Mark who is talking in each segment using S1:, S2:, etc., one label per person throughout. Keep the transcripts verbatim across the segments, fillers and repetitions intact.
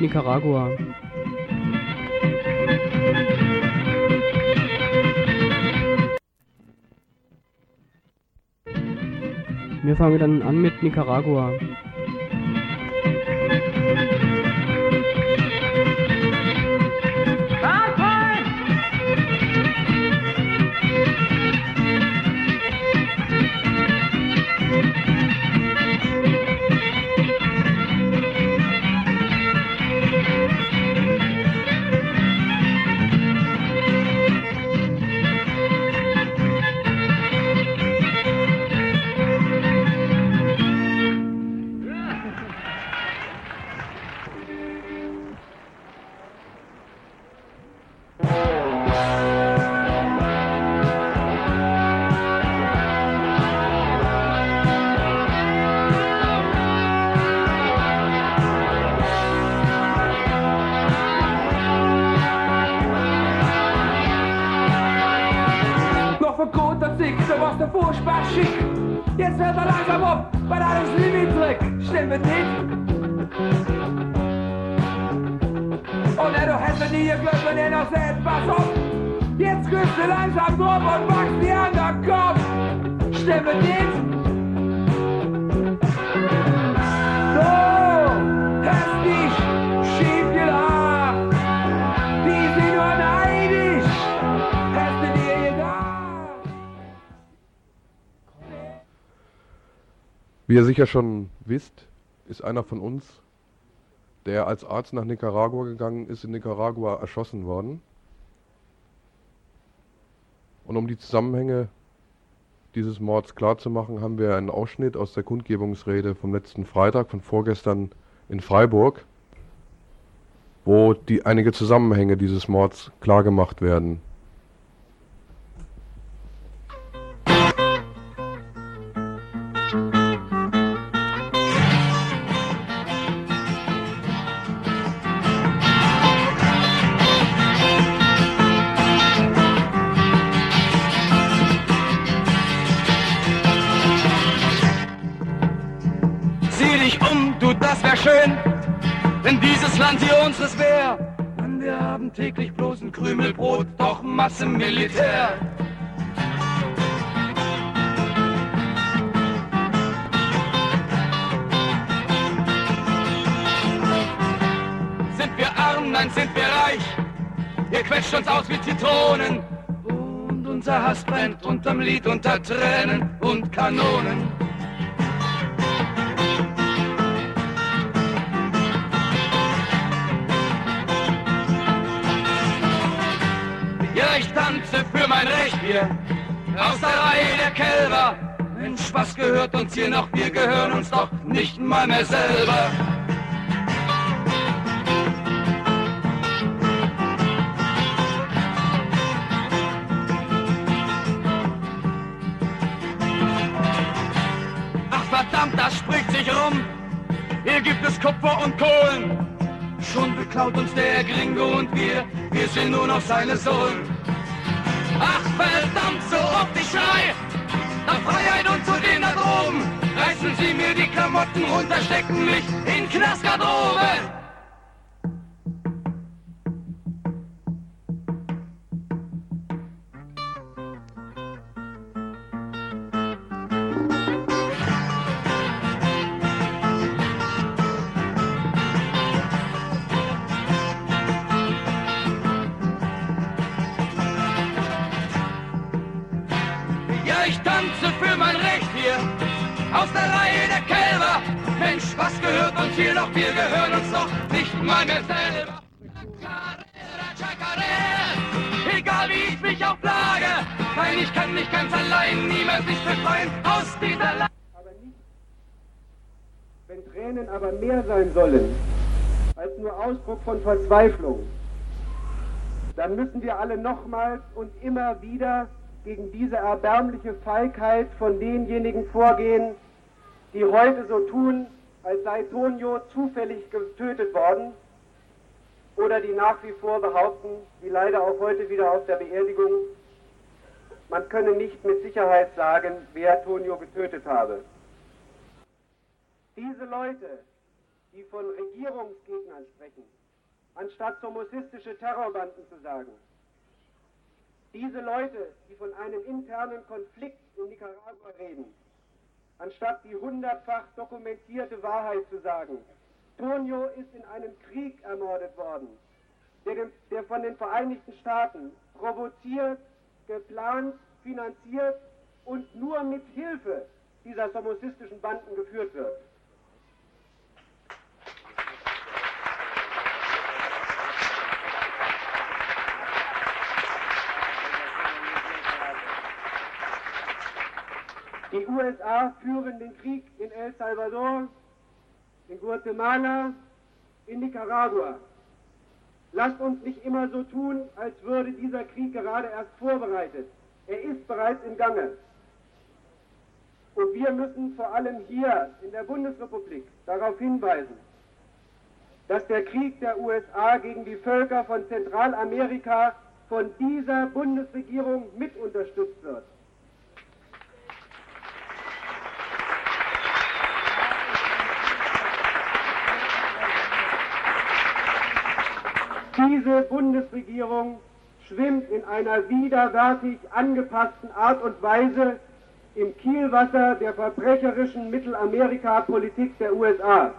S1: Nicaragua. Wir fangen dann an mit Nicaragua.
S2: Jetzt wird er langsam um, weil alles Limit drückt. Stimmt nicht? Und er, du hättest nie geglückt, wenn er noch selbst pass auf. Jetzt küsst du langsam drauf und wachst dir an der Kopf. Stimmt nicht? So, hast dich schief gelacht. Die sind nur neidisch. Hast du dir gedacht?
S3: Wie ihr sicher schon wisst, ist einer von uns, der als Arzt nach Nicaragua gegangen ist, in Nicaragua erschossen worden. Und um die Zusammenhänge dieses Mords klarzumachen, haben wir einen Ausschnitt aus der Kundgebungsrede vom letzten Freitag, von vorgestern in Freiburg, wo die einige Zusammenhänge dieses Mords klargemacht werden.
S4: Schön, wenn dieses Land hier unseres wär. Mann, wir haben täglich bloß ein Krümelbrot, doch Masse Militär. Sind wir arm, nein, sind wir reich. Ihr quetscht uns aus wie Zitronen. Und unser Hass brennt unterm Lied unter Tränen und Kanonen. Ich tanze für mein Recht hier aus der Reihe der Kälber. Mensch, was gehört uns hier noch? Wir gehören uns doch nicht mal mehr selber. Ach verdammt, das spricht sich rum. Hier gibt es Kupfer und Kohlen. Schon beklaut uns der Gringo und wir, wir sind nur noch seine Sohlen. Ach verdammt, so oft ich schrei, nach Freiheit und zu denen da droben. Reißen Sie mir die Klamotten runter, stecken mich in Knastgarderobe. Ich tanze für mein Recht hier aus der Reihe der Kälber. Mensch, was gehört uns hier noch? Wir gehören uns noch nicht mal mehr selber. Egal wie ich mich auch plage, nein, ich kann nicht ganz allein, niemals nicht befreien aus dieser Lage.
S5: Aber nicht, wenn Tränen aber mehr sein sollen als nur Ausdruck von Verzweiflung, dann müssen wir alle nochmals und immer wieder gegen diese erbärmliche Feigheit von denjenigen vorgehen, die heute so tun, als sei Tonio zufällig getötet worden, oder die nach wie vor behaupten, wie leider auch heute wieder auf der Beerdigung, man könne nicht mit Sicherheit sagen, wer Tonio getötet habe. Diese Leute die von Regierungsgegnern sprechen, anstatt somozistische Terrorbanden zu sagen. Diese Leute, die von einem internen Konflikt in Nicaragua reden, anstatt die hundertfach dokumentierte Wahrheit zu sagen. Tonio ist in einem Krieg ermordet worden, der, dem, der von den Vereinigten Staaten provoziert, geplant, finanziert und nur mit Hilfe dieser somozistischen Banden geführt wird. Die U S A führen den Krieg in El Salvador, in Guatemala, in Nicaragua. Lasst uns nicht immer so tun, als würde dieser Krieg gerade erst vorbereitet. Er ist bereits im Gange. Und wir müssen vor allem hier in der Bundesrepublik darauf hinweisen, dass der Krieg der U S A gegen die Völker von Zentralamerika von dieser Bundesregierung mit unterstützt wird. Diese Bundesregierung schwimmt in einer widerwärtig angepassten Art und Weise im Kielwasser der verbrecherischen Mittelamerika-Politik der U S A.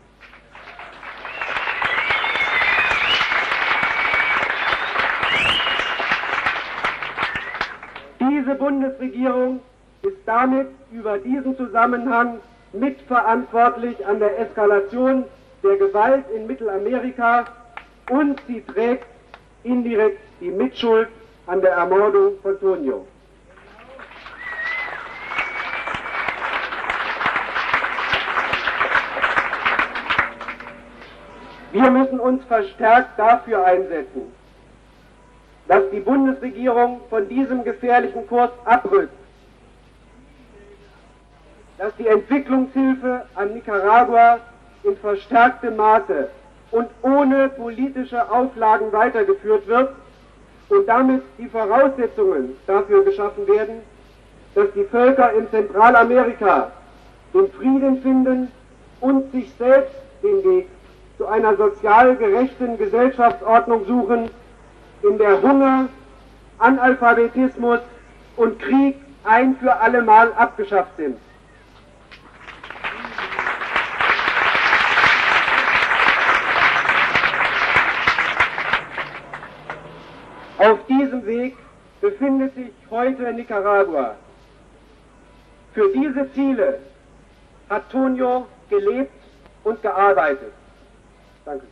S5: Diese Bundesregierung ist damit über diesen Zusammenhang mitverantwortlich an der Eskalation der Gewalt in Mittelamerika und sie trägt indirekt die Mitschuld an der Ermordung von Tonio. Wir müssen uns verstärkt dafür einsetzen, dass die Bundesregierung von diesem gefährlichen Kurs abrückt, dass die Entwicklungshilfe an Nicaragua in verstärktem Maße und ohne politische Auflagen weitergeführt wird und damit die Voraussetzungen dafür geschaffen werden, dass die Völker in Zentralamerika den Frieden finden und sich selbst den Weg zu einer sozial gerechten Gesellschaftsordnung suchen, in der Hunger, Analphabetismus und Krieg ein für allemal abgeschafft sind. Auf diesem Weg befindet sich heute Nicaragua. Für diese Ziele hat Tonio gelebt und gearbeitet. Danke.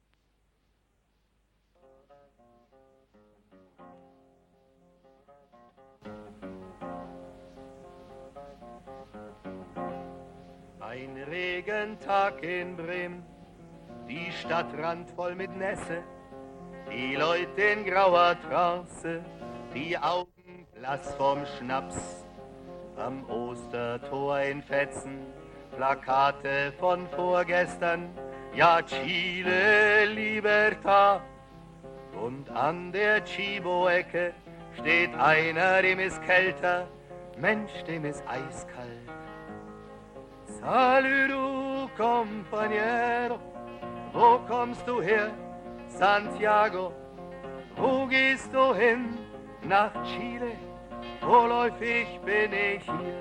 S6: Ein Regentag in Bremen, die Stadt randvoll mit Nässe, die Leute in grauer Trance, die Augen blass vom Schnaps. Am Ostertor in Fetzen, Plakate von vorgestern, ja Chile Libertad. Und an der Chibo-Ecke steht einer, dem ist kälter, Mensch, dem ist eiskalt. Saludo, compañero, wo kommst du her? Santiago, wo gehst du hin? Nach Chile, vorläufig bin ich hier.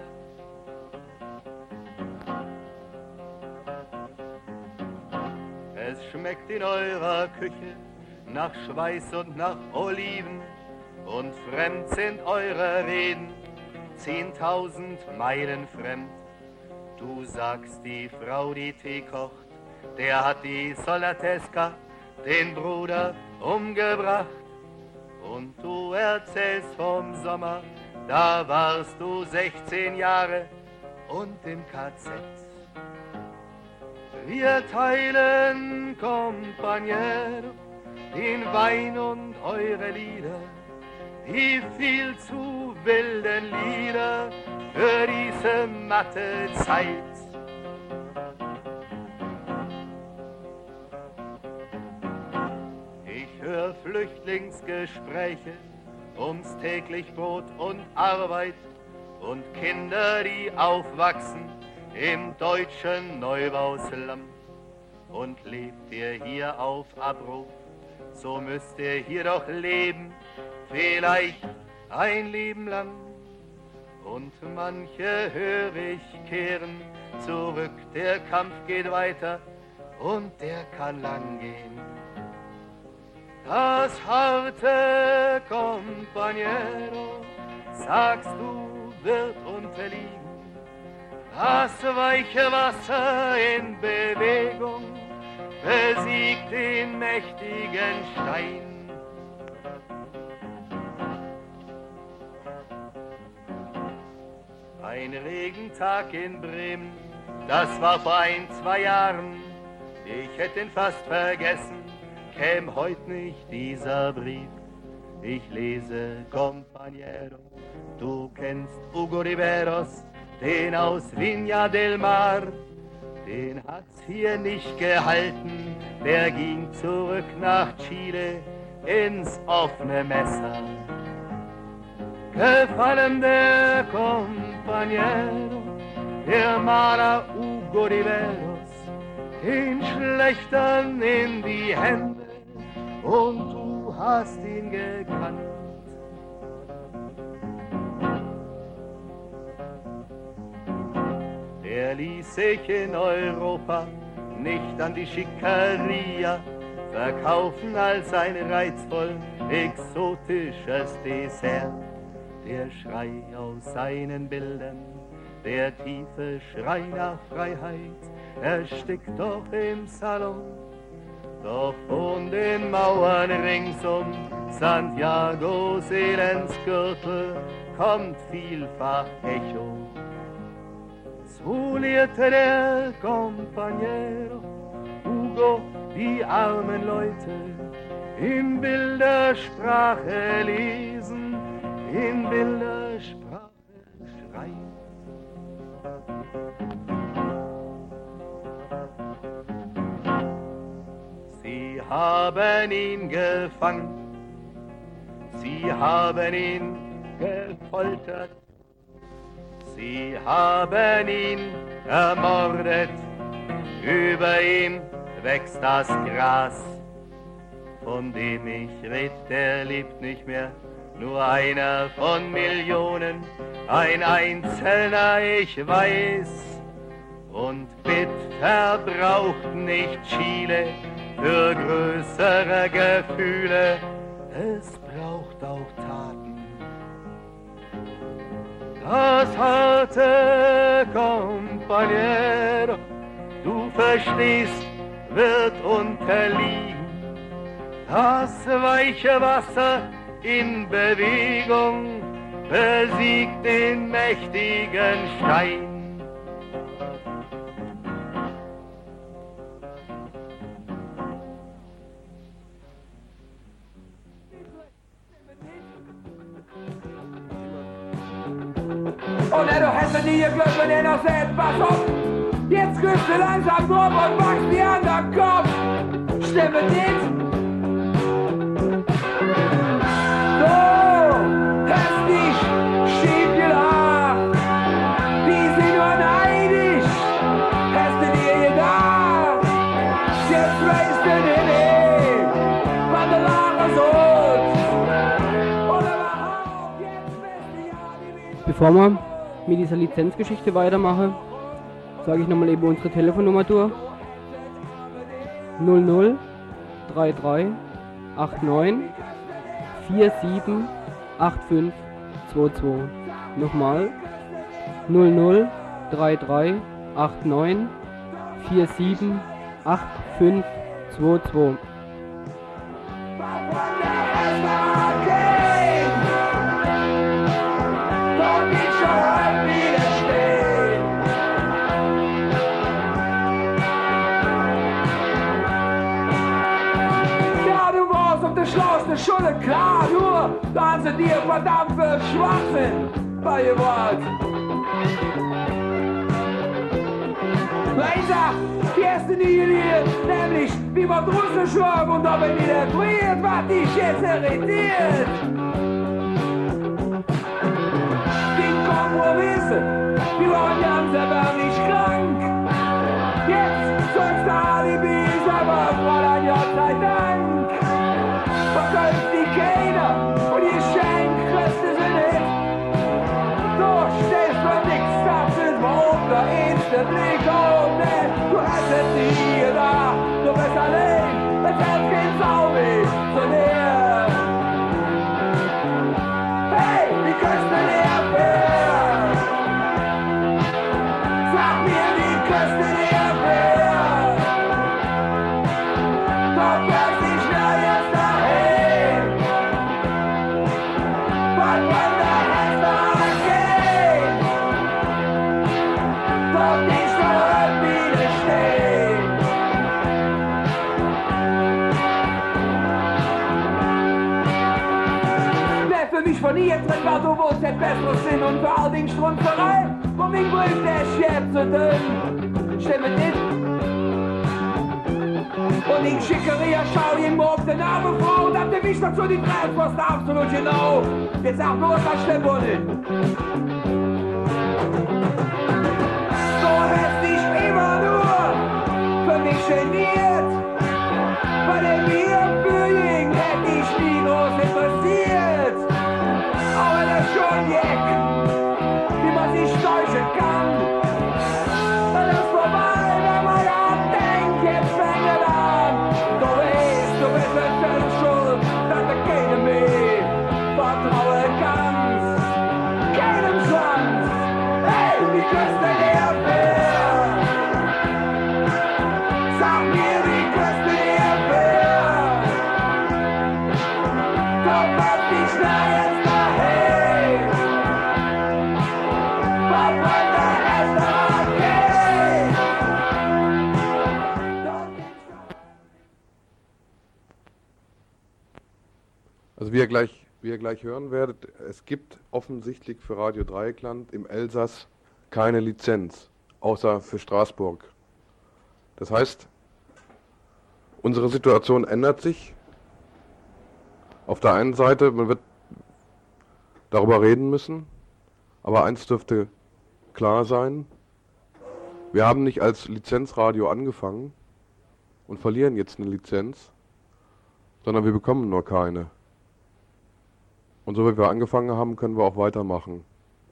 S6: Es schmeckt in eurer Küche nach Schweiß und nach Oliven und fremd sind eure Reden, zehntausend Meilen fremd. Du sagst, die Frau, die Tee kocht, der hat die Soldateska, den Bruder, umgebracht. Und du erzählst vom Sommer, da warst du sechzehn Jahre und im K Z. Wir teilen, compañero, den Wein und eure Lieder, die viel zu wilden Lieder für diese matte Zeit. Ich höre Flüchtlingsgespräche ums täglich Brot und Arbeit und Kinder, die aufwachsen im deutschen Neubauslum. und lebt ihr hier auf Abruf, so müsst ihr hier doch leben, vielleicht ein Leben lang. Und manche höre ich kehren zurück, der Kampf geht weiter und der kann lang gehen. Das harte Compañero, sagst du, wird unterliegen. Das weiche Wasser in Bewegung besiegt den mächtigen Stein. Ein Regentag in Bremen, das war vor ein, zwei Jahren. Ich hätte ihn fast vergessen, käm heut nicht dieser Brief. Ich lese Compañero, du kennst Hugo Riveros, den aus Viña del Mar. Den hat's hier nicht gehalten, der ging zurück nach Chile ins offene Messer. Gefallen der Compañero, der Maler Hugo Riveros, den Schlechtern in die Hände und du hast ihn gekannt. Er ließ sich in Europa nicht an die Schickeria verkaufen als ein reizvoll exotisches Dessert. Der Schrei aus seinen Bildern, der tiefe Schrei nach Freiheit, erstickt doch im Salon. Doch von den Mauern rings um Santiagos Elendsgürtel kommt vielfach Echo. So lehrte der Compañero Hugo die armen Leute in Bildersprache lesen, in Bildersprache schreiben. Sie haben ihn gefangen, sie haben ihn gefoltert, sie haben ihn ermordet, über ihm wächst das Gras, von dem ich red, der lebt nicht mehr, nur einer von Millionen, ein Einzelner, ich weiß. Und bitter braucht nicht Chile für größere Gefühle, es braucht auch Taten. Das harte Compañero, du verstehst, wird unterliegen. Das weiche Wasser in Bewegung besiegt den mächtigen Stein.
S2: Und er, du hättest nie geglaubt, wenn er noch sagt, pass auf, jetzt kriegst du langsam drauf und wachst dir an den Kopf. Stimme nicht? Du hast dich schief gelacht, die sind nur neidisch, hast du dir gedacht, jetzt weißt du nicht, was der Lacher sucht. Und überhaupt, jetzt weißt du ja, die
S1: Bevor wir mit dieser Lizenzgeschichte weitermachen, sage ich nochmal eben unsere Telefonnummer durch. null null drei drei acht neun vier sieben acht fünf zwei zwei. Nochmal null null drei drei acht neun vier sieben acht fünf zwei zwei.
S2: Schlauste Schule, klar, nur da haben sie dir verdammt für Schwachsinn beigebracht. Ich sag, die erste Linie, nämlich wie man Russen schlagen und dabei wieder friert, was dich jetzt irritiert. Die Kompromisse, die waren ganz aber nicht krank. Jetzt sollst du Alibi erste Blick, oh ne, du hast es nie gedacht, du bist allein, es hält kein Sau nicht zu dir. Hey, wie Küste der Bär, sag mir, wie Küste der Bär, doch wer sich schnell jetzt dahin, was man da jetzt noch geht, doch die Schuhe wieder stehen. Wer für mich von ihr drin war, du wolltest et besseres Sinn und für all den Strunzerei, wo mich bricht der Scherz so dünn. Stimmt nicht? Und ich schicke ihr, schau ihn morgen den armen Frau, und hab der Wicht dazu die Treibkosten absolut genau. Jetzt sag nur, was stimmt wohl nicht. So hast dich immer nur für mich geniert, weil in mir für ihn hätte ich nie groß interessiert. Aber das ist schon Jack, wie man sich täuschen kann. Und das ist vorbei, wenn man ja denkt, jetzt fängt es an. Du weißt, du bist ein Feld schuld, dass du keinem mehr vertrauen kannst. Keinem Schwanz, hey, wie Küste der Bär. Sag mir, wie Küste der Bär. Doch was dich da jetzt dahin. Was man da erst noch geht. Doch nicht
S3: Also wie ihr gleich, wie ihr gleich hören werdet, es gibt offensichtlich für Radio Dreieckland im Elsass keine Lizenz, außer für Straßburg. Das heißt, unsere Situation ändert sich. Auf der einen Seite, man wird darüber reden müssen, aber eins dürfte klar sein, wir haben nicht als Lizenzradio angefangen und verlieren jetzt eine Lizenz, sondern wir bekommen nur keine. Und so wie wir angefangen haben, können wir auch weitermachen.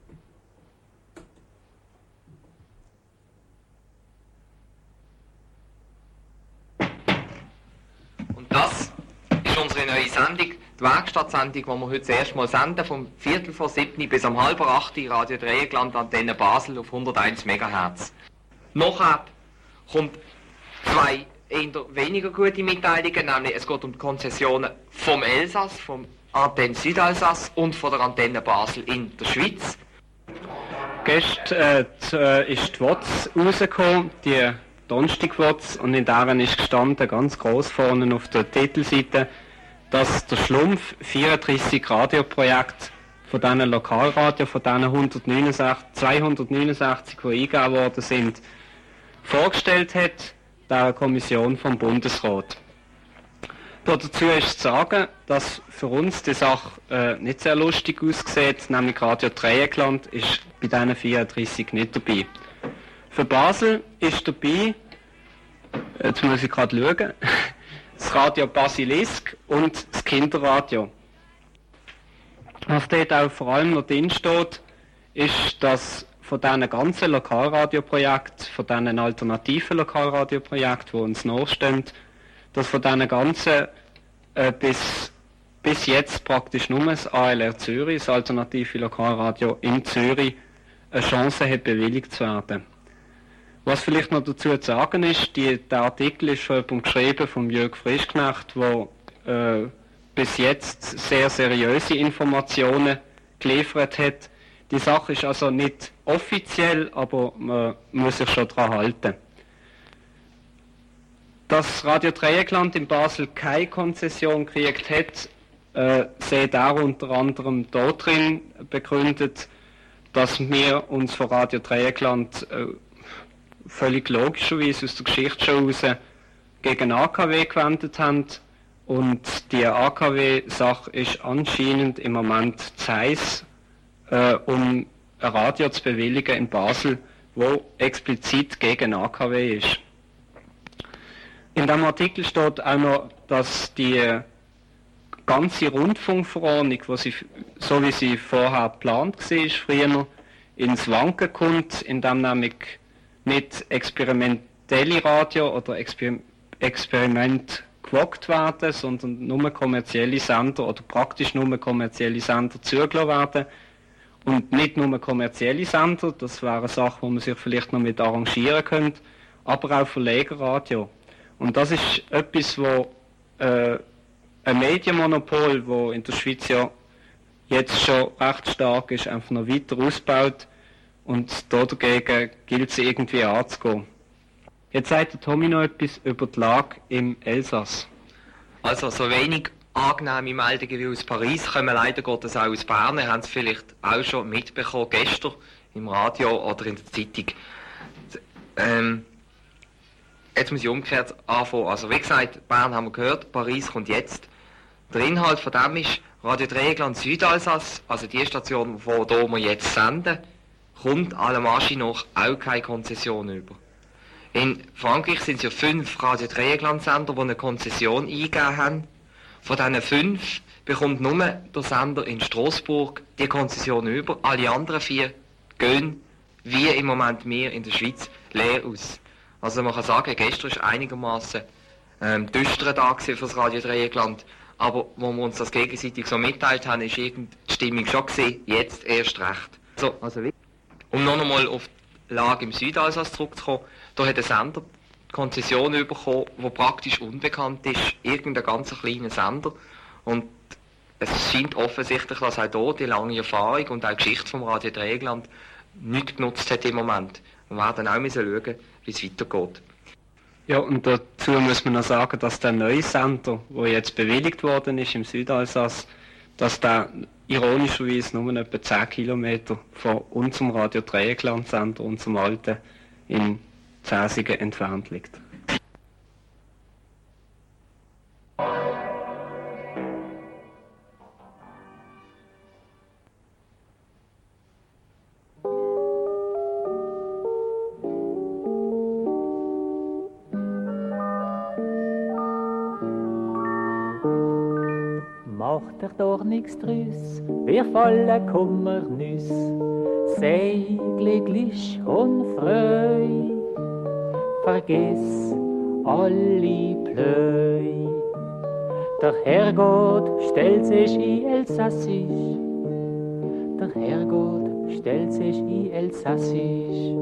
S7: Und das ist unsere neue Sendung, die Werkstattsendung, die wir heute das erste Mal senden, vom Viertel vor siebni bis um halb acht Radio Dreieckland, Antenne Basel auf hunderteins Megahertz. Nachher kommt zwei eher weniger gute Mitteilungen, nämlich es geht um die Konzessionen vom Elsass, vom Antenne Südelsass und von der Antenne Basel in der Schweiz.
S8: Gestern äh, die, äh, ist die W O Z rausgekommen, die Donnerstag-W O Z, und in deren ist gestanden, ganz groß vorne auf der Titelseite, dass der Schlumpf vierunddreissig Radioprojekte von diesen Lokalradios, von diesen hundertneunundsechzig, zweihundertneunundsechzig, die eingegeben worden sind, vorgestellt hat, der Kommission vom Bundesrat. Dazu ist zu sagen, dass für uns die Sache äh, nicht sehr lustig aussieht, nämlich Radio Dreieckland ist bei diesen vierunddreissig nicht dabei. Für Basel ist dabei, jetzt muss ich gerade schauen, das Radio Basilisk und das Kinderradio. Was dort auch vor allem noch drin steht, ist, dass von diesen ganzen Lokalradioprojekten, von diesen alternativen Lokalradioprojekten, die uns nachstehen, dass von diesen ganzen äh, bis, bis jetzt praktisch nur das A L R Zürich, das alternative Lokalradio in Zürich, eine Chance hat, bewilligt zu werden. Was vielleicht noch dazu zu sagen ist, die, der Artikel ist von jemandem geschrieben, von Jörg Frischknecht, der äh, bis jetzt sehr seriöse Informationen geliefert hat. Die Sache ist also nicht offiziell, aber man muss sich schon daran halten. Dass Radio Dreieckland in Basel keine Konzession gekriegt hat, äh, seht auch unter anderem darin begründet, dass wir uns von Radio Dreieckland äh, völlig logischerweise aus der Geschichte schon raus gegen A K W gewendet haben. Und die A K W-Sache ist anscheinend im Moment zu heiss, äh, um ein Radio zu bewilligen in Basel, wo explizit gegen A K W ist. In dem Artikel steht auch noch, dass die ganze Rundfunkverordnung, wo sie, so wie sie vorher geplant war, früher ins Wanken kommt, indem nämlich nicht experimentelle Radio oder Exper Experiment gewagt werden, sondern nur kommerzielle Sender oder praktisch nur kommerzielle Sender zugelassen werden. Und nicht nur kommerzielle Sender, das wäre eine Sache, wo man sich vielleicht noch mit arrangieren könnte, aber auch Verlegerradio. Und das ist etwas, wo äh, ein Medienmonopol, wo in der Schweiz ja jetzt schon recht stark ist, einfach noch weiter ausbaut. Und dagegen gilt es irgendwie anzugehen. Jetzt sagt der Tommy noch etwas über die Lage im Elsass.
S7: Also so wenig angenehme Meldungen wie aus Paris kommen leider Gottes auch aus Bern. Ihr habt es vielleicht auch schon mitbekommen, gestern im Radio oder in der Zeitung. Ähm, jetzt muss ich umgekehrt anfangen. Also wie gesagt, Bern haben wir gehört, Paris kommt jetzt. Der Inhalt von dem ist, Radio Dreieckland Südalsass, also die Station, von der wir jetzt senden, kommt allem Anschein nach auch keine Konzession über. In Frankreich sind es ja fünf Radio Dreieckland-Sender, die eine Konzession eingegeben haben. Von diesen fünf bekommt nur der Sender in Straßburg die Konzession über. Alle anderen vier gehen, wie im Moment wir in der Schweiz, leer aus. Also man kann sagen, gestern war einigermaßen ähm, düsterer Tag für das Radio Dreieckland. Aber wo wir uns das gegenseitig so mitteilt haben, ist die Stimmung schon gesehen, jetzt erst recht. So, also wie? Um noch einmal auf die Lage im Südalsass zurückzukommen, da hat der Sender die Konzession bekommen, die praktisch unbekannt ist, irgendein ganz kleiner Sender. Und es scheint offensichtlich, dass auch hier die lange Erfahrung und auch die Geschichte vom Radio Dreieckland nicht genutzt hat im Moment. Wir werden auch müssen schauen, wie es weitergeht.
S8: Ja, und dazu muss man noch sagen, dass der neue Sender, der jetzt bewilligt worden ist im Südalsass, dass der ironischerweise nur etwa zehn Kilometer von unserem Radio Dreieckland-Sender, unserem alten, in Zäsigen entfernt liegt.
S9: Macht dich doch nix drüss, wir fallen Kummernüss, sei glücklich und freu, vergiss alle Plöi. Der Herrgott stellt sich in Elsassisch, der Herrgott stellt sich in Elsassisch.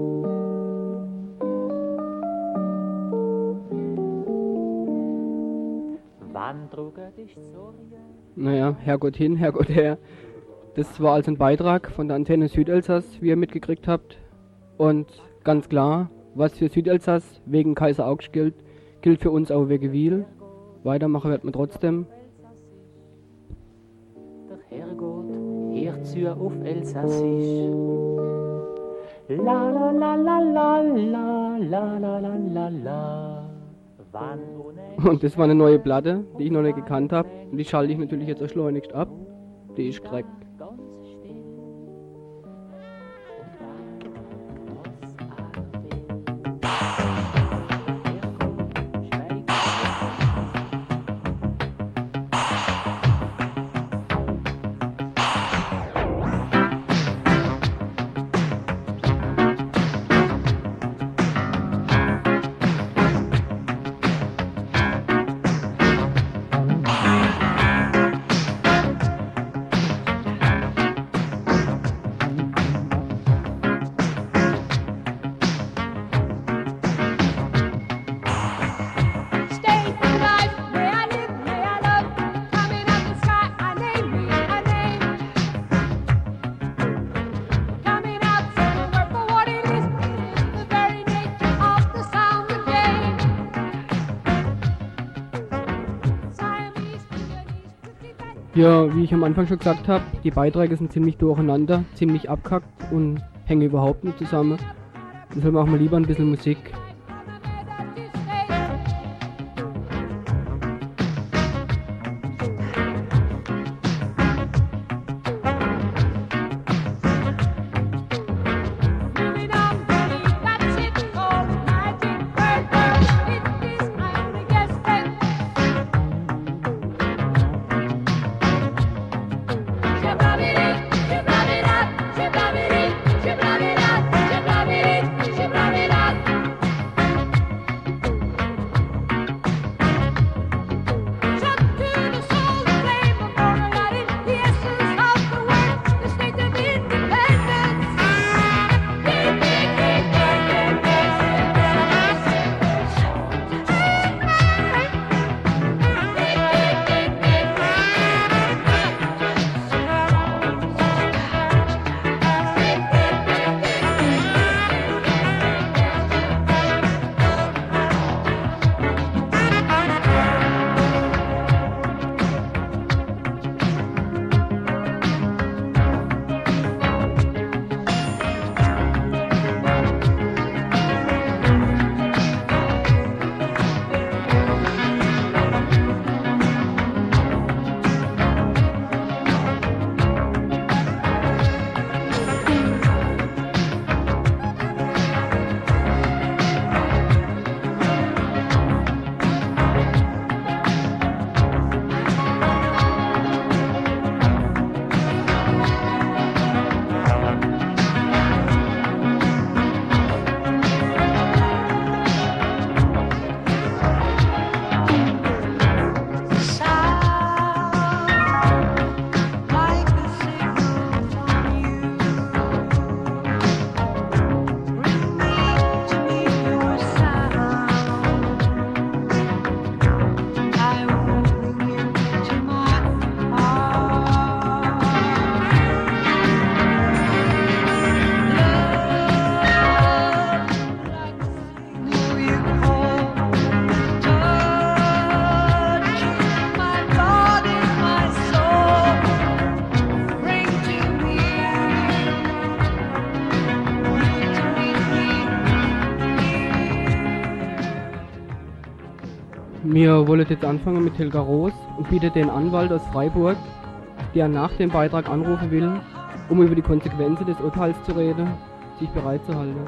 S9: Wann trug er dich Sorge?
S1: Naja, Herrgott hin, Herrgott her. Das war also ein Beitrag von der Antenne Südelsass, wie ihr mitgekriegt habt. Und ganz klar, was für Südelsass wegen Kaiser Augst gilt, gilt für uns auch wegen Wil. Weitermachen wird man trotzdem.
S9: Der Herrgott hört zu auf Elsassisch. La la la la la la la la la la la.
S1: Und das war eine neue Platte, die ich noch nicht gekannt habe. Und die schalte ich natürlich jetzt auch schleunigst ab. Die ist korrekt. Ja, wie ich am Anfang schon gesagt habe, die Beiträge sind ziemlich durcheinander, ziemlich abkackt und hängen überhaupt nicht zusammen. Deshalb machen wir lieber ein bisschen Musik.
S10: She
S1: Wir wollen jetzt anfangen mit Helga Roos und bieten den Anwalt aus Freiburg, der nach dem Beitrag anrufen will, um über die Konsequenzen des Urteils zu reden, sich bereit zu halten.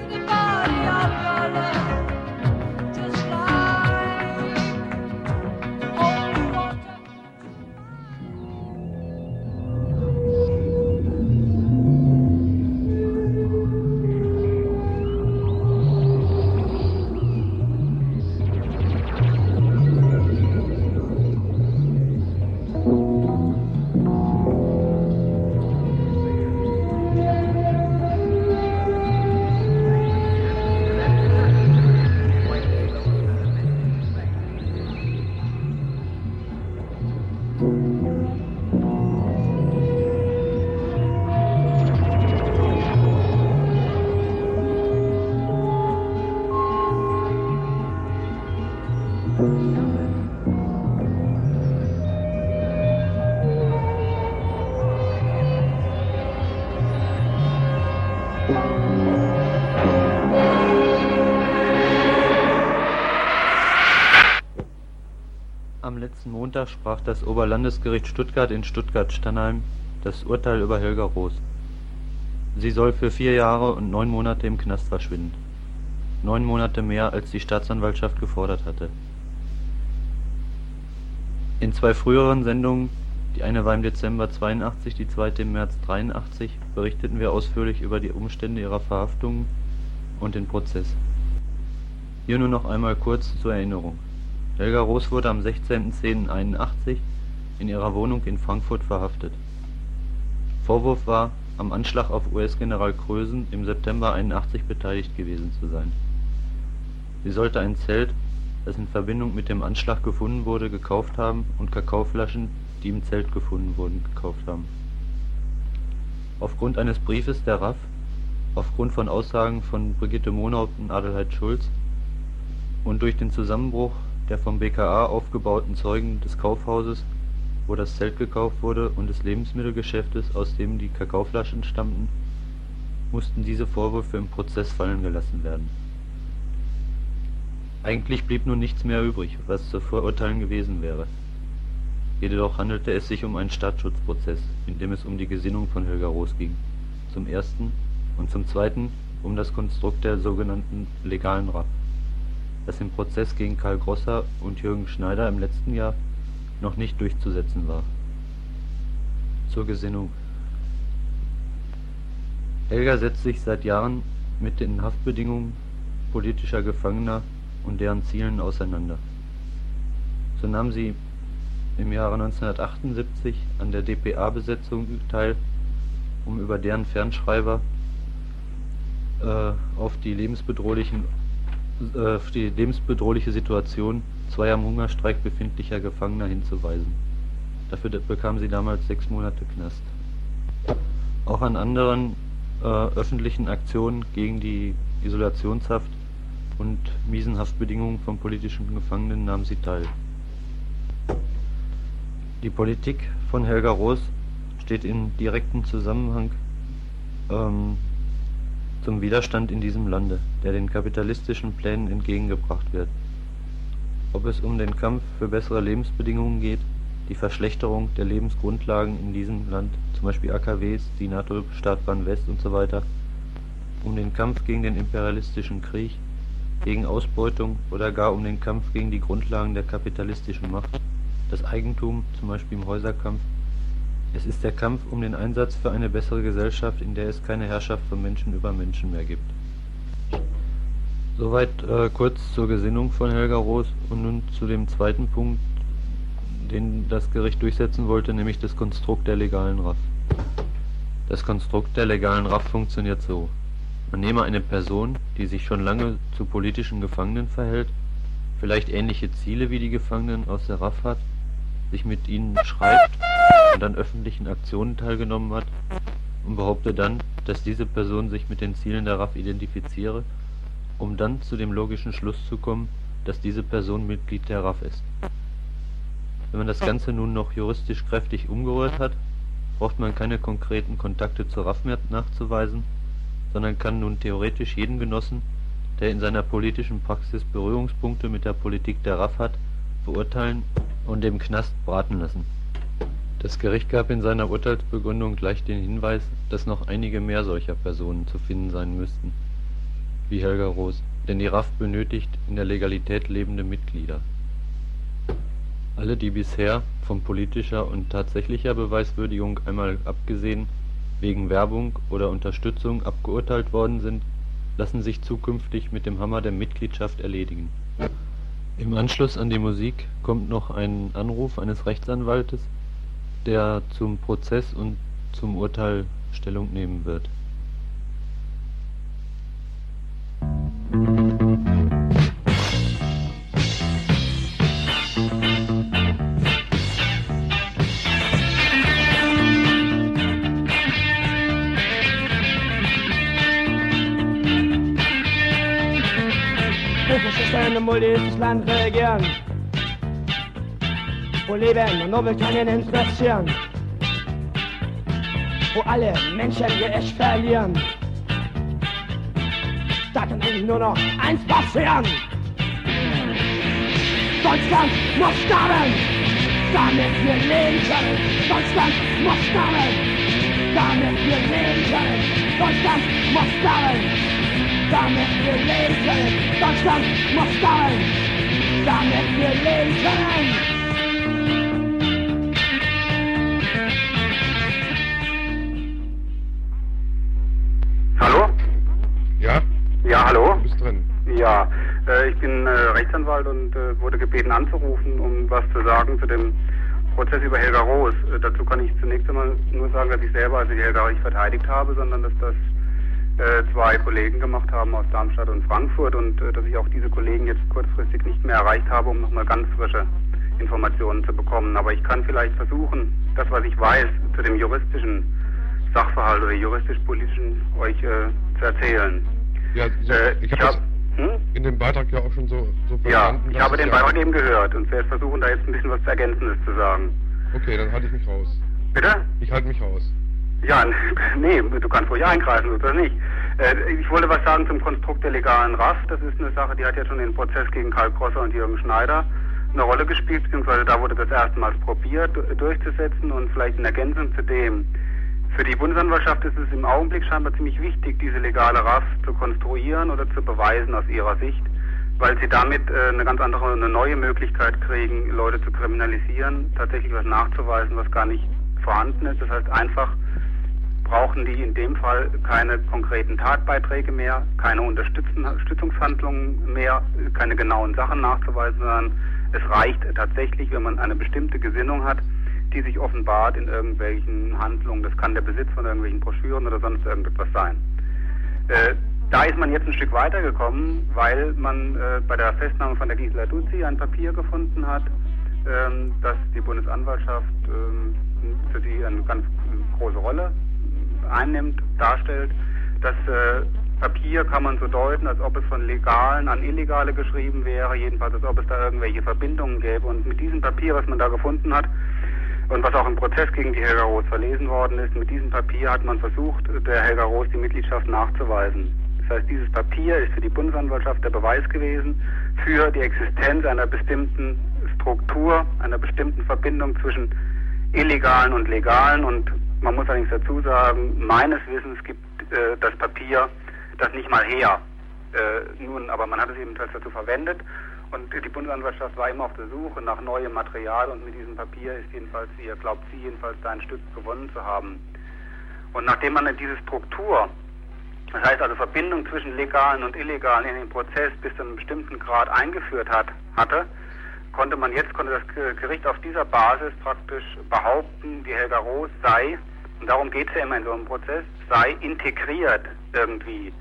S10: Am letzten Montag sprach das Oberlandesgericht Stuttgart in Stuttgart-Stannheim das Urteil über Helga Roos. Sie soll für vier Jahre und neun Monate im Knast verschwinden. Neun Monate mehr, als die Staatsanwaltschaft gefordert hatte. In zwei früheren Sendungen, die eine war im Dezember zweiundachtzig, die zweite im März dreiundachtzig, berichteten wir ausführlich über die Umstände ihrer Verhaftung und den Prozess. Hier nur noch einmal kurz zur Erinnerung. Helga Roos wurde am sechzehnten zehnten einundachtzig in ihrer Wohnung in Frankfurt verhaftet. Vorwurf war, am Anschlag auf U S-General Krösen im September einundachtzig beteiligt gewesen zu sein. Sie sollte ein Zelt, das in Verbindung mit dem Anschlag gefunden wurde, gekauft haben und Kakaoflaschen, die im Zelt gefunden wurden, gekauft haben. Aufgrund eines Briefes der R A F, aufgrund von Aussagen von Brigitte Mohnhaupt und Adelheid Schulz und durch den Zusammenbruch der vom B K A aufgebauten Zeugen des Kaufhauses, wo das Zelt gekauft wurde, und des Lebensmittelgeschäftes, aus dem die Kakaoflaschen stammten, mussten diese Vorwürfe im Prozess fallen gelassen werden. Eigentlich blieb nun nichts mehr übrig, was zu verurteilen gewesen wäre. Jedoch handelte es sich um einen Staatsschutzprozess, in dem es um die Gesinnung von Helga Roos ging, zum ersten, und zum zweiten um das Konstrukt der sogenannten legalen R A F, das im Prozess gegen Karl Grosser und Jürgen Schneider im letzten Jahr noch nicht durchzusetzen war. Zur Gesinnung. Helga setzt sich seit Jahren mit den Haftbedingungen politischer Gefangener und deren Zielen auseinander. So nahm sie im Jahre neunzehnhundertachtundsiebzig an der D P A-Besetzung teil, um über deren Fernschreiber äh, auf die lebensbedrohlichen auf die lebensbedrohliche Situation zweier am Hungerstreik befindlicher Gefangener hinzuweisen. Dafür bekam sie damals sechs Monate Knast. Auch an anderen äh, öffentlichen Aktionen gegen die Isolationshaft und miesen Haftbedingungen von politischen Gefangenen nahm sie teil. Die Politik von Helga Roos steht in direktem Zusammenhang ähm, zum Widerstand in diesem Lande, der den kapitalistischen Plänen entgegengebracht wird. Ob es um den Kampf für bessere Lebensbedingungen geht, die Verschlechterung der Lebensgrundlagen in diesem Land, zum Beispiel A K Ws, die NATO-Staatsbahn West und so weiter, um den Kampf gegen den imperialistischen Krieg, gegen Ausbeutung oder gar um den Kampf gegen die Grundlagen der kapitalistischen Macht, das Eigentum, zum Beispiel im Häuserkampf. Es ist der Kampf um den Einsatz für eine bessere Gesellschaft, in der es keine Herrschaft von Menschen über Menschen mehr gibt. Soweit äh, kurz zur Gesinnung von Helga Roos und nun zu dem zweiten Punkt, den das Gericht durchsetzen wollte, nämlich das Konstrukt der legalen R A F. Das Konstrukt der legalen R A F funktioniert so. Man nehme eine Person, die sich schon lange zu politischen Gefangenen verhält, vielleicht ähnliche Ziele wie die Gefangenen aus der R A F hat, sich mit ihnen schreibt und an öffentlichen Aktionen teilgenommen hat und behaupte dann, dass diese Person sich mit den Zielen der R A F identifiziere, um dann zu dem logischen Schluss zu kommen, dass diese Person Mitglied der R A F ist. Wenn man das Ganze nun noch juristisch kräftig umgerührt hat, braucht man keine konkreten Kontakte zur R A F mehr nachzuweisen, sondern kann nun theoretisch jeden Genossen, der in seiner politischen Praxis Berührungspunkte mit der Politik der R A F hat, verurteilen und im Knast braten lassen. Das Gericht gab in seiner Urteilsbegründung gleich den Hinweis, dass noch einige mehr solcher Personen zu finden sein müssten, wie Helga Roos, denn die R A F benötigt in der Legalität lebende Mitglieder. Alle, die bisher von politischer und tatsächlicher Beweiswürdigung einmal abgesehen, wegen Werbung oder Unterstützung abgeurteilt worden sind, lassen sich zukünftig mit dem Hammer der Mitgliedschaft erledigen. Im Anschluss an die Musik kommt noch ein Anruf eines Rechtsanwaltes, der zum Prozess und zum Urteil Stellung nehmen wird.
S11: Ein politisches Land regieren, wo Leben und Nobel keinen interessieren, wo alle Menschen ihr Echt verlieren. Da kann eigentlich nur noch eins passieren. Deutschland muss sterben, damit wir leben können. Deutschland muss sterben, damit wir leben können. Deutschland muss sterben, damit wir leben können. Deutschland muss sterben, damit wir leben können.
S12: Hallo?
S3: Ja?
S12: Ja, hallo?
S3: Du bist drin.
S12: Ja, äh, ich bin äh, Rechtsanwalt und äh, wurde gebeten anzurufen, um was zu sagen zu dem Prozess über Helga Roos. Äh, dazu kann ich zunächst einmal nur sagen, dass ich selber also die Helga nicht verteidigt habe, sondern dass das äh, zwei Kollegen gemacht haben aus Darmstadt und Frankfurt und äh, dass ich auch diese Kollegen jetzt kurzfristig nicht mehr erreicht habe, um nochmal ganz frische Informationen zu bekommen. Aber ich kann vielleicht versuchen, das, was ich weiß, zu dem juristischen Sachverhalt oder juristisch-politischen euch äh, zu erzählen.
S3: Ja, so,
S12: äh,
S3: ich habe
S12: hab,
S3: das
S12: hm?
S3: in dem Beitrag ja auch schon so, so
S12: verstanden. Ja, ich habe den
S3: ja
S12: Beitrag eben gehört und werde versuchen, da jetzt ein bisschen was Ergänzendes zu sagen.
S3: Okay, dann halte ich mich raus.
S12: Bitte?
S3: Ich halte mich raus.
S12: Ja, nee, du kannst ruhig eingreifen oder nicht. Äh, ich wollte was sagen zum Konstrukt der legalen R A F. Das ist eine Sache, die hat ja schon den Prozess gegen Karl Grosser und Jürgen Schneider eine Rolle gespielt, beziehungsweise da wurde das erstmals probiert durchzusetzen und vielleicht in Ergänzung zu dem. Für die Bundesanwaltschaft ist es im Augenblick scheinbar ziemlich wichtig, diese legale R A F zu konstruieren oder zu beweisen aus ihrer Sicht, weil sie damit äh, eine ganz andere, eine neue Möglichkeit kriegen, Leute zu kriminalisieren, tatsächlich was nachzuweisen, was gar nicht vorhanden ist. Das heißt, einfach brauchen die in dem Fall keine konkreten Tatbeiträge mehr, keine Unterstützungshandlungen mehr, keine genauen Sachen nachzuweisen, sondern es reicht tatsächlich, wenn man eine bestimmte Gesinnung hat, die sich offenbart in irgendwelchen Handlungen. Das kann der Besitz von irgendwelchen Broschüren oder sonst irgendetwas sein. Äh, da ist man jetzt ein Stück weitergekommen, weil man äh, bei der Festnahme von der Gisela Duzzi ein Papier gefunden hat, ähm, das die Bundesanwaltschaft ähm, für die eine ganz große Rolle einnimmt, darstellt. Das äh, Papier kann man so deuten, als ob es von Legalen an Illegale geschrieben wäre, jedenfalls als ob es da irgendwelche Verbindungen gäbe. Und mit diesem Papier, was man da gefunden hat, und was auch im Prozess gegen die Helga Roos verlesen worden ist, mit diesem Papier hat man versucht, der Helga Roos die Mitgliedschaft nachzuweisen. Das heißt, dieses Papier ist für die Bundesanwaltschaft der Beweis gewesen für die Existenz einer bestimmten Struktur, einer bestimmten Verbindung zwischen Illegalen und Legalen. Und man muss allerdings dazu sagen, meines Wissens gibt äh, das Papier das nicht mal her. Äh, nun, aber man hat es ebenfalls dazu verwendet. Und die Bundesanwaltschaft war immer auf der Suche nach neuem Material und mit diesem Papier ist jedenfalls, ihr glaubt sie jedenfalls, da ein Stück gewonnen zu haben. Und nachdem man diese Struktur, das heißt also Verbindung zwischen Legalen und Illegalen in den Prozess bis zu einem bestimmten Grad eingeführt hat, hatte, konnte man jetzt, konnte das Gericht auf dieser Basis praktisch behaupten, die Helga Roos sei, und darum geht es ja immer in so einem Prozess, sei integriert irgendwie,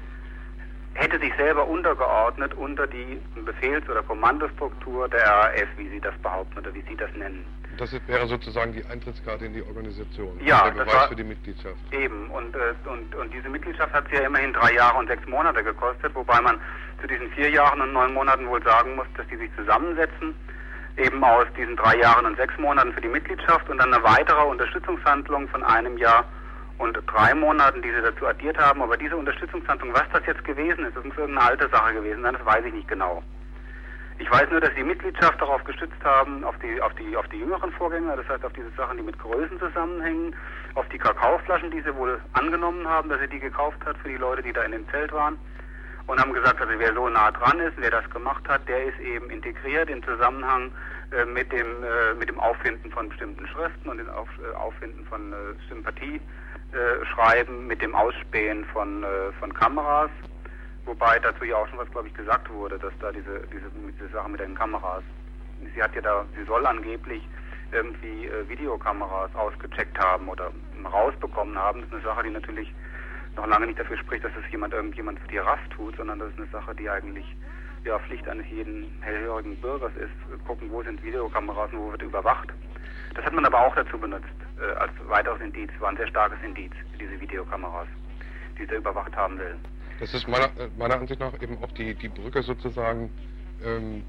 S12: hätte sich selber untergeordnet unter die Befehls- oder Kommandostruktur der R A F, wie Sie das behaupten oder wie Sie das nennen.
S3: Das wäre sozusagen die Eintrittskarte in die Organisation,
S12: ja,
S3: der Beweis
S12: war,
S3: für die Mitgliedschaft.
S12: Eben, und, äh, und, und diese Mitgliedschaft hat sie ja immerhin drei Jahre und sechs Monate gekostet, wobei man zu diesen vier Jahren und neun Monaten wohl sagen muss, dass die sich zusammensetzen, eben aus diesen drei Jahren und sechs Monaten für die Mitgliedschaft und dann eine weitere Unterstützungshandlung von einem Jahr und drei Monaten, die sie dazu addiert haben. Aber diese Unterstützungshandlung, was das jetzt gewesen ist, das muss irgendeine alte Sache gewesen sein, das weiß ich nicht genau. Ich weiß nur, dass die Mitgliedschaft darauf gestützt haben, auf die, auf die, auf die jüngeren Vorgänger, das heißt auf diese Sachen, die mit Größen zusammenhängen, auf die Kakaoflaschen, die sie wohl angenommen haben, dass sie die gekauft hat für die Leute, die da in dem Zelt waren. Und haben gesagt, also wer so nah dran ist, wer das gemacht hat, der ist eben integriert im Zusammenhang äh, mit dem äh, mit dem Auffinden von bestimmten Schriften und dem Auf, äh, Auffinden von äh, Sympathieschreiben, äh, mit dem Ausspähen von äh, von Kameras, wobei dazu ja auch schon was, glaube ich, gesagt wurde, dass da diese diese diese Sache mit den Kameras, sie hat ja da, sie soll angeblich irgendwie äh, Videokameras ausgecheckt haben oder rausbekommen haben. Das ist eine Sache, die natürlich noch lange nicht dafür spricht, dass es jemand irgendjemand für die R A F tut, sondern das ist eine Sache, die eigentlich ja Pflicht eines jeden hellhörigen Bürgers ist, gucken, wo sind Videokameras und wo wird überwacht. Das hat man aber auch dazu benutzt, äh, als weiteres Indiz, war ein sehr starkes Indiz, diese Videokameras, die sie überwacht haben will.
S3: Das ist meiner, meiner Ansicht nach eben auch die, die Brücke sozusagen ähm,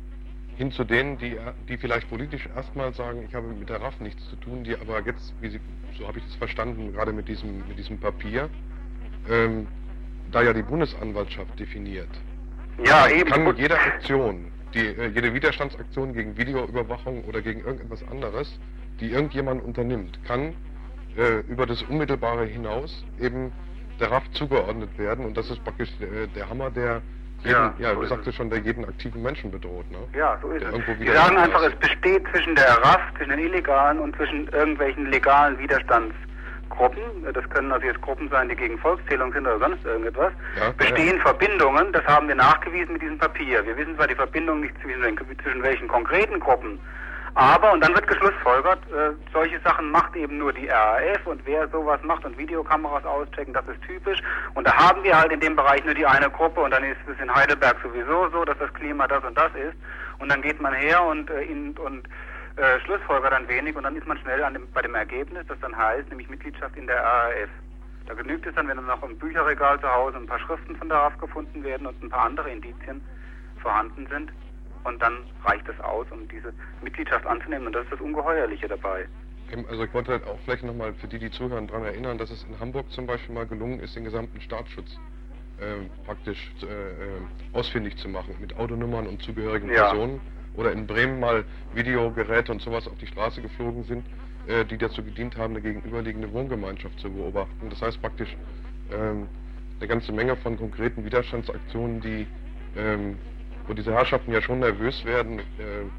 S3: hin zu denen, die, die vielleicht politisch erstmal sagen, ich habe mit der R A F nichts zu tun, die aber jetzt, wie sie, so habe ich das verstanden, gerade mit diesem, mit diesem Papier, ähm, da ja die Bundesanwaltschaft definiert,
S12: ja, eben.
S3: kann jede Aktion, die, äh, jede Widerstandsaktion gegen Videoüberwachung oder gegen irgendetwas anderes, die irgendjemand unternimmt, kann äh, über das Unmittelbare hinaus eben der R A F zugeordnet werden, und das ist praktisch äh, der Hammer, der jeden, ja, ja so du sagtest schon, der jeden aktiven Menschen bedroht, ne?
S12: Ja, so ist es. Die sagen einfach, es besteht zwischen der R A F, zwischen den Illegalen und zwischen irgendwelchen legalen Widerstandsgruppen, das können also jetzt Gruppen sein, die gegen Volkszählung sind oder sonst irgendetwas, ja, bestehen ja. Verbindungen, das haben wir nachgewiesen mit diesem Papier. Wir wissen zwar die Verbindung nicht zwischen, zwischen welchen konkreten Gruppen, aber, und dann wird geschlussfolgert, äh, solche Sachen macht eben nur die R A F, und wer sowas macht und Videokameras auschecken, das ist typisch. Und da haben wir halt in dem Bereich nur die eine Gruppe, und dann ist es in Heidelberg sowieso so, dass das Klima das und das ist. Und dann geht man her und, äh, in, und äh, schlussfolgert ein wenig, und dann ist man schnell an dem, bei dem Ergebnis, das dann heißt, nämlich Mitgliedschaft in der R A F. Da genügt es dann, wenn dann noch im Bücherregal zu Hause ein paar Schriften von der R A F gefunden werden und ein paar andere Indizien vorhanden sind. Und dann reicht es aus, um diese Mitgliedschaft anzunehmen, und das ist das Ungeheuerliche dabei.
S3: Also ich wollte halt auch vielleicht nochmal für die, die zuhören, daran erinnern, dass es in Hamburg zum Beispiel mal gelungen ist, den gesamten Staatsschutz äh, praktisch äh, ausfindig zu machen, mit Autonummern und zugehörigen ja. Personen. Oder in Bremen mal Videogeräte und sowas auf die Straße geflogen sind, äh, die dazu gedient haben, eine gegenüberliegende Wohngemeinschaft zu beobachten. Das heißt praktisch ähm, eine ganze Menge von konkreten Widerstandsaktionen, die ähm, wo diese Herrschaften ja schon nervös werden, äh,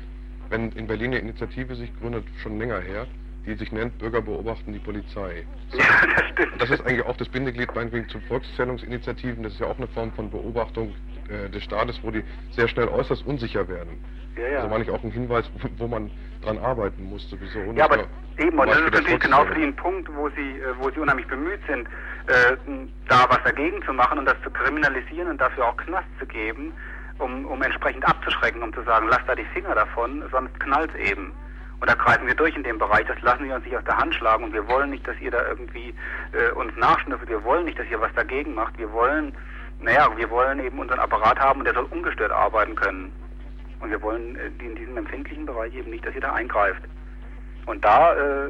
S3: wenn in Berlin eine Initiative sich gründet, schon länger her, die sich nennt Bürger beobachten die Polizei. So.
S12: Ja, das stimmt.
S3: Das ist eigentlich auch das Bindeglied meinetwegen zu Volkszählungsinitiativen, das ist ja auch eine Form von Beobachtung äh, des Staates, wo die sehr schnell äußerst unsicher werden.
S12: Ja, ja.
S3: Also meine ich auch ein Hinweis, wo man dran arbeiten muss sowieso. Und
S12: ja, aber eben, und das ist natürlich genau für den Punkt, wo sie, wo sie unheimlich bemüht sind, äh, da was dagegen zu machen und das zu kriminalisieren und dafür auch Knast zu geben, Um, um entsprechend abzuschrecken, um zu sagen, lasst da die Finger davon, sonst knallt's eben. Und da greifen wir durch in dem Bereich, das lassen wir uns nicht aus der Hand schlagen, und wir wollen nicht, dass ihr da irgendwie äh, uns nachschnüffelt, wir wollen nicht, dass ihr was dagegen macht, wir wollen, naja, wir wollen eben unseren Apparat haben, und der soll ungestört arbeiten können. Und wir wollen äh, in diesem empfindlichen Bereich eben nicht, dass ihr da eingreift. Und da, äh,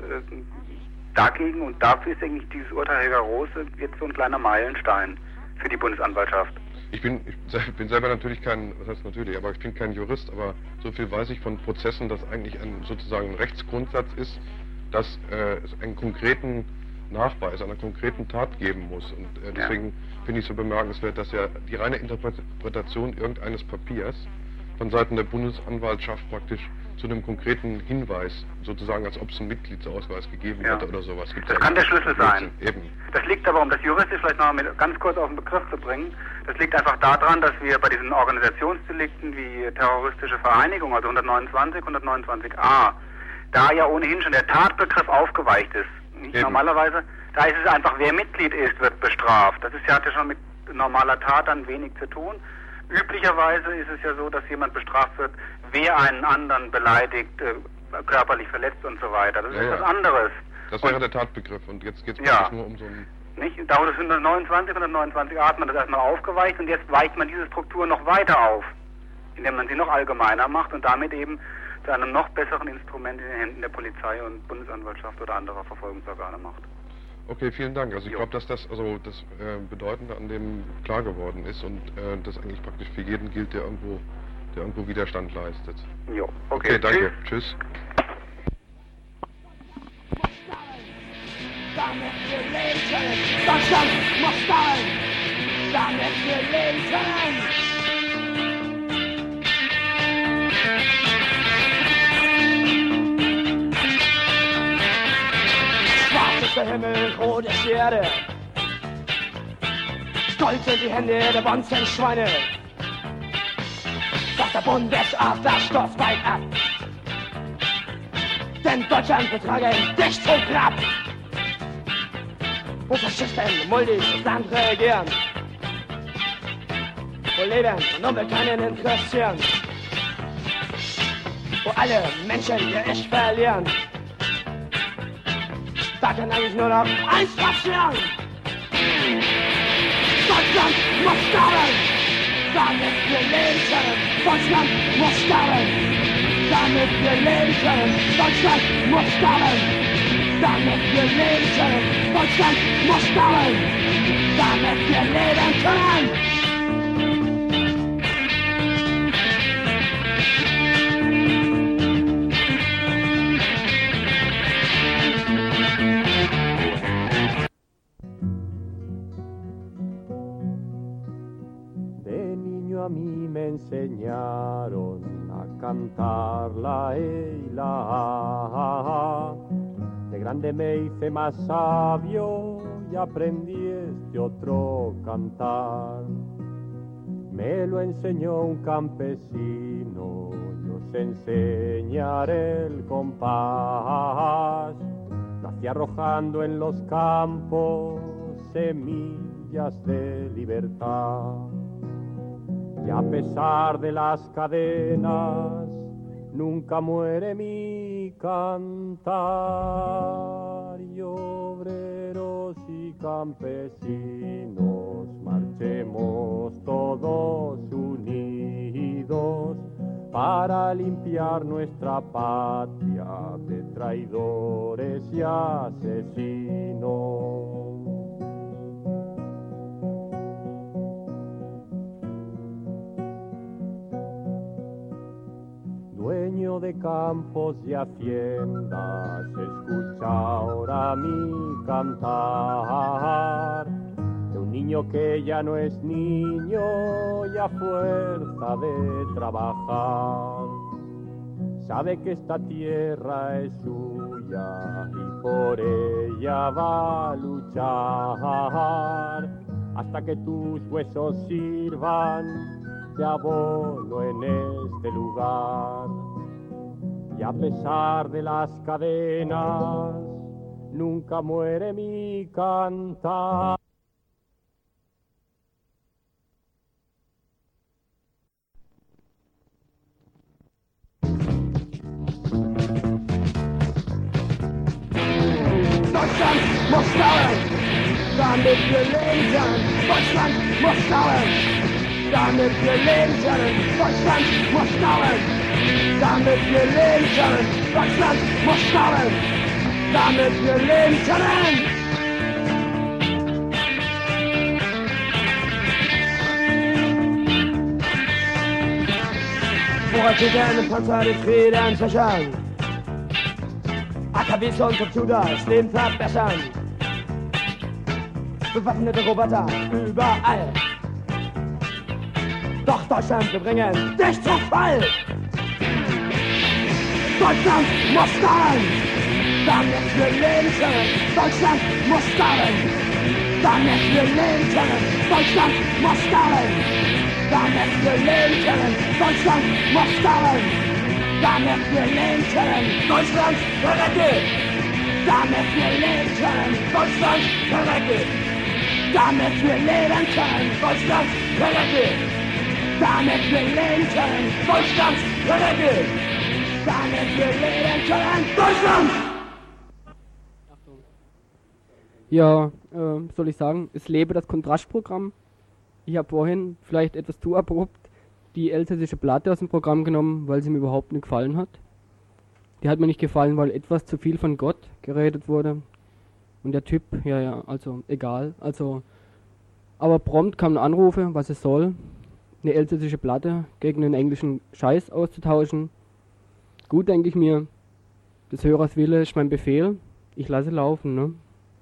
S12: dagegen, und dafür ist eigentlich dieses Urteil Helga Rose jetzt so ein kleiner Meilenstein für die Bundesanwaltschaft.
S3: Ich bin, ich bin selber natürlich kein, was heißt natürlich, aber ich bin kein Jurist, aber so viel weiß ich von Prozessen, dass eigentlich ein, sozusagen ein Rechtsgrundsatz ist, dass äh, es einen konkreten Nachweis einer konkreten Tat geben muss. Und äh, deswegen ja. finde ich so bemerkenswert, dass ja die reine Interpretation irgendeines Papiers von Seiten der Bundesanwaltschaft praktisch zu einem konkreten Hinweis, sozusagen als ob es einen Mitgliedsausweis gegeben ja. hätte oder sowas. Gibt's
S12: das kann der Schlüssel sein.
S3: Eben.
S12: Das liegt aber, um das juristisch vielleicht noch mal ganz kurz auf den Begriff zu bringen, das liegt einfach daran, dass wir bei diesen Organisationsdelikten wie terroristische Vereinigung, also hundertneunundzwanzig, hundertneunundzwanzig a, da ja ohnehin schon der Tatbegriff aufgeweicht ist. Nicht normalerweise, da ist es einfach, wer Mitglied ist, wird bestraft. Das ist ja, hat ja schon mit normaler Tat dann wenig zu tun. Üblicherweise ist es ja so, dass jemand bestraft wird, wer einen anderen beleidigt, äh, körperlich verletzt und so weiter. Das
S3: ja,
S12: ist
S3: ja.
S12: was anderes.
S3: Das wäre und, der Tatbegriff, und jetzt geht es
S12: ja.
S3: nur um so ein...
S12: Nicht? Da wurde es hundertneunundzwanzig, hundertneunundzwanzig a hat man das erstmal aufgeweicht, und jetzt weicht man diese Struktur noch weiter auf, indem man sie noch allgemeiner macht und damit eben zu einem noch besseren Instrument in den Händen der Polizei und Bundesanwaltschaft oder anderer Verfolgungsorgane macht.
S3: Okay, vielen Dank. Also ich glaube, dass das also das äh, Bedeutende an dem klar geworden ist, und äh, das eigentlich praktisch für jeden gilt, der irgendwo der irgendwo Widerstand leistet.
S12: Jo, okay,
S3: Okay, danke. Tschüss.
S11: Damit wir leben können. Deutschland muss fallen, damit wir leben können. Schwarz ist der Himmel, rot ist die Erde. Stolz sind die Hände der Bonzenschweine. Doch der Bundesadler stürzt weit ab. Denn Deutschland betragen dich zu knapp. Wo Faschisten muldig das Land regieren. Wo Leben und Umwelt keinen interessieren. Wo alle Menschen ihr Ich verlieren. Da kann eigentlich nur noch eins passieren. Deutschland muss sterben, damit wir leben können. Deutschland muss sterben, damit wir leben können. Deutschland muss sterben, damit wir leben können. Deutschland muss sterben, damit wir leben können.
S9: A mí me enseñaron a cantar la E y la A. De grande me hice más sabio y aprendí este otro cantar. Me lo enseñó un campesino, yo os enseñaré el compás. Nací arrojando en los campos semillas de libertad. Y a pesar de las cadenas, nunca muere mi cantar. Y obreros y campesinos, marchemos todos unidos para limpiar nuestra patria de traidores y asesinos. Dueño de campos y haciendas, escucha ahora mi cantar. De un niño que ya no es niño y a fuerza de trabajar. Sabe que esta tierra es suya y por ella va a luchar. Hasta que tus huesos sirvan de abono en este lugar. Y a pesar de las cadenas, nunca muere mi cantar.
S11: Deutschland muss sterben, damit wir leben können. Deutschland muss sterben, damit wir leben können. Deutschland muss sterben, damit wir leben können. Deutschland muss sterben, damit wir leben können. Vorraketen, Panzer, die Federn zerschellen. A K Ws und Computer das Leben verbessern. Bewaffnete Roboter überall. Doch Deutschland, wir bringen dich zu Fall. Deutschland muss sterben, damit wir leben können. Deutschland muss sterben, damit wir leben können. Deutschland muss sterben, damit wir leben können. Deutschland muss sterben, damit wir leben können. Deutschland verreckt, damit wir leben können. Deutschland verreckt, damit wir leben können. Deutschland verreckt, damit wir leben können. Deutschland verreckt, damit wir leben können. Deutschland!
S1: Ja, äh, soll ich sagen, es lebe das Kontrastprogramm. Ich habe vorhin vielleicht etwas zu abrupt die elsässische Platte aus dem Programm genommen, weil sie mir überhaupt nicht gefallen hat. Die hat mir nicht gefallen, weil etwas zu viel von Gott geredet wurde. Und der Typ, ja, ja, also egal. Also, aber prompt kamen Anrufe, was es soll. eine elsässische Platte gegen einen englischen Scheiß auszutauschen. Gut, denke ich mir. Des Hörers Wille ist mein Befehl. Ich lasse laufen, ne?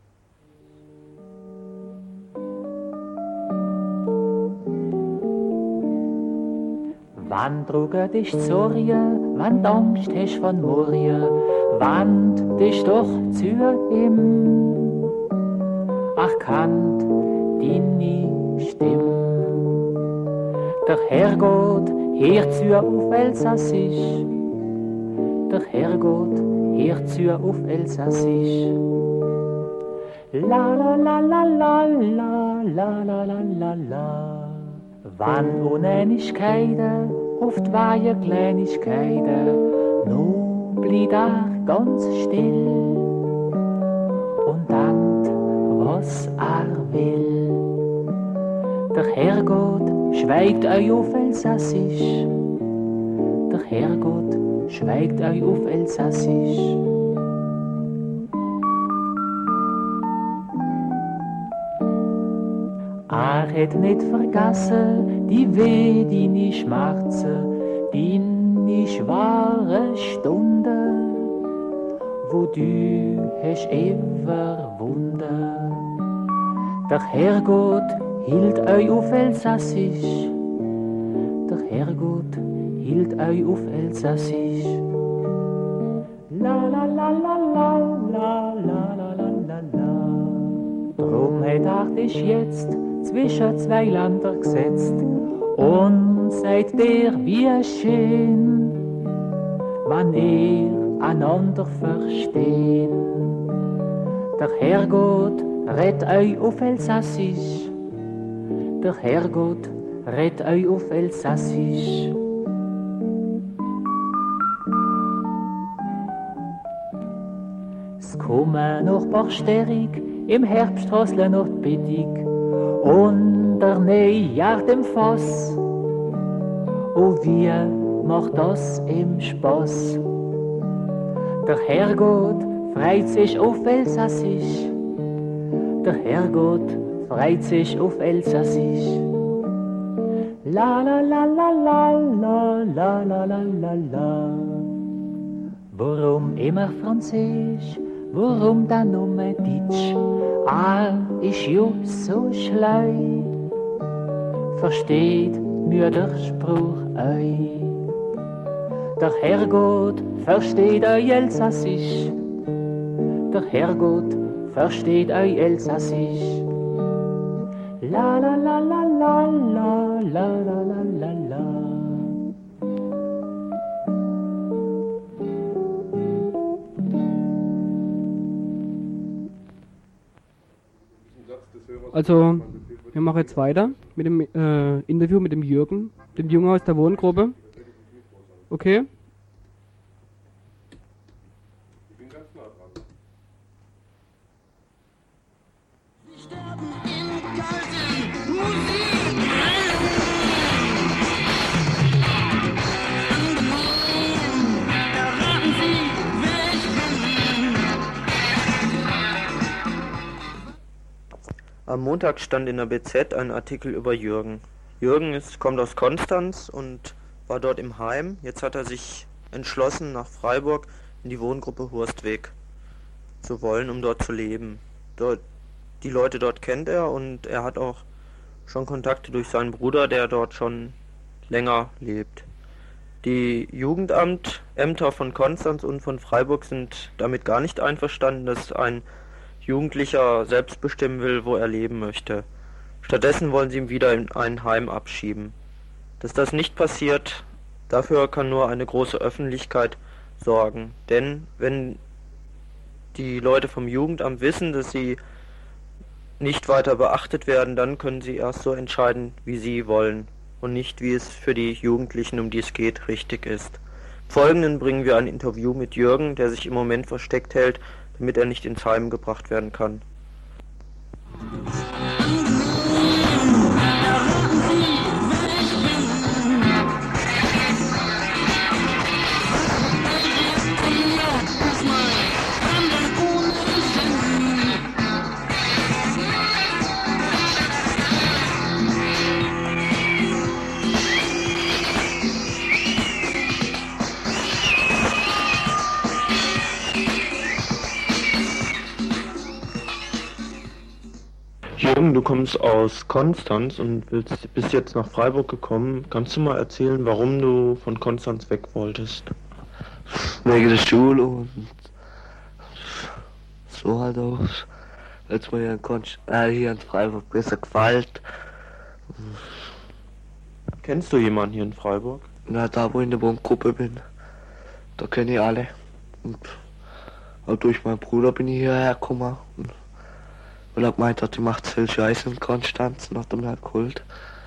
S13: Wann truge dich Sorge, wann Angst hast von Morje, wann dich doch zu ihm. Ach, kannt deine Stimme. Der Herrgott hört zu auf Elsassisch. Der Herrgott hört zu auf Elsassisch. La la la la la la la la la la la. Wann Unähnlichkeiten, oft weihe Kleinigkeiten, nu blieb er ganz still und dankt, was er will. Der Herrgott schweigt euch auf Elsassisch. Der Herrgott schweigt euch auf Elsassisch. Er hat nicht vergessen, die weh, deine Schmerzen, deine schwere Stunde, wo du hast überwunden. Der Herrgott hielt euch auf Elsassisch. Der Herrgott hielt euch auf Elsassisch. La la la la la la la la la la la. Drum hat er dich jetzt zwischen zwei Länder gesetzt und seid dir wie schön, wann ihr einander verstehen. Der Herrgott rett euch auf Elsassisch. Der Herrgott rett euch auf Elsassisch. Es kommen noch paar Sterrig, im Herbst hasseln noch die Bittig. Und der Neujahr dem Fass, oh wie macht das im Spaß. Der Herrgott freit sich auf Elsassisch. Der Herrgott freit sich auf Elsassisch. La la la la la la la la la la la. Warum immer Französisch? Warum dann nur Deutsch? Ah, ist jo so schlau. Versteht mir der Spruch euch. Der Herrgott versteht euch Elsassisch. Der Herrgott versteht euch Elsassisch. La la la la la la la la la la la.
S1: Also, wir machen jetzt weiter mit dem äh, Interview mit dem Jürgen, dem Jungen aus der Wohngruppe. Okay?
S3: Ich bin ganz nah dran.
S14: Am Montag stand in der B Z ein Artikel über Jürgen. Jürgen ist, kommt aus Konstanz und war dort im Heim. Jetzt hat er sich entschlossen, nach Freiburg in die Wohngruppe Hurstweg zu wollen, um dort zu leben. Dort, die Leute dort kennt er und er hat auch schon Kontakte durch seinen Bruder, der dort schon länger lebt. Die Jugendämter von Konstanz und von Freiburg sind damit gar nicht einverstanden, dass ein Jugendlicher selbst bestimmen will, wo er leben möchte. Stattdessen wollen sie ihn wieder in ein Heim abschieben. Dass das nicht passiert, dafür kann nur eine große Öffentlichkeit sorgen. Denn wenn die Leute vom Jugendamt wissen, dass sie nicht weiter beachtet werden, dann können sie erst so entscheiden, wie sie wollen und nicht, wie es für die Jugendlichen, um die es geht, richtig ist. Im Folgenden bringen wir ein Interview mit Jürgen, der sich im Moment versteckt hält, damit er nicht ins Heim gebracht werden kann.
S15: Jürgen, du kommst aus Konstanz und willst, bist jetzt nach Freiburg gekommen. Kannst du mal erzählen, warum du von Konstanz weg wolltest?
S16: Wegen der Schule und so halt auch. Als mir hier in, Konst äh, hier in Freiburg besser gefällt.
S15: Kennst du jemanden hier in Freiburg?
S16: Na, da wo ich in der Wohngruppe bin, da kenne ich alle. Und auch durch meinen Bruder bin ich hierher gekommen. Und weil er gemeint hat, die macht viel Scheiße in Konstanz und hat er mich halt geholt.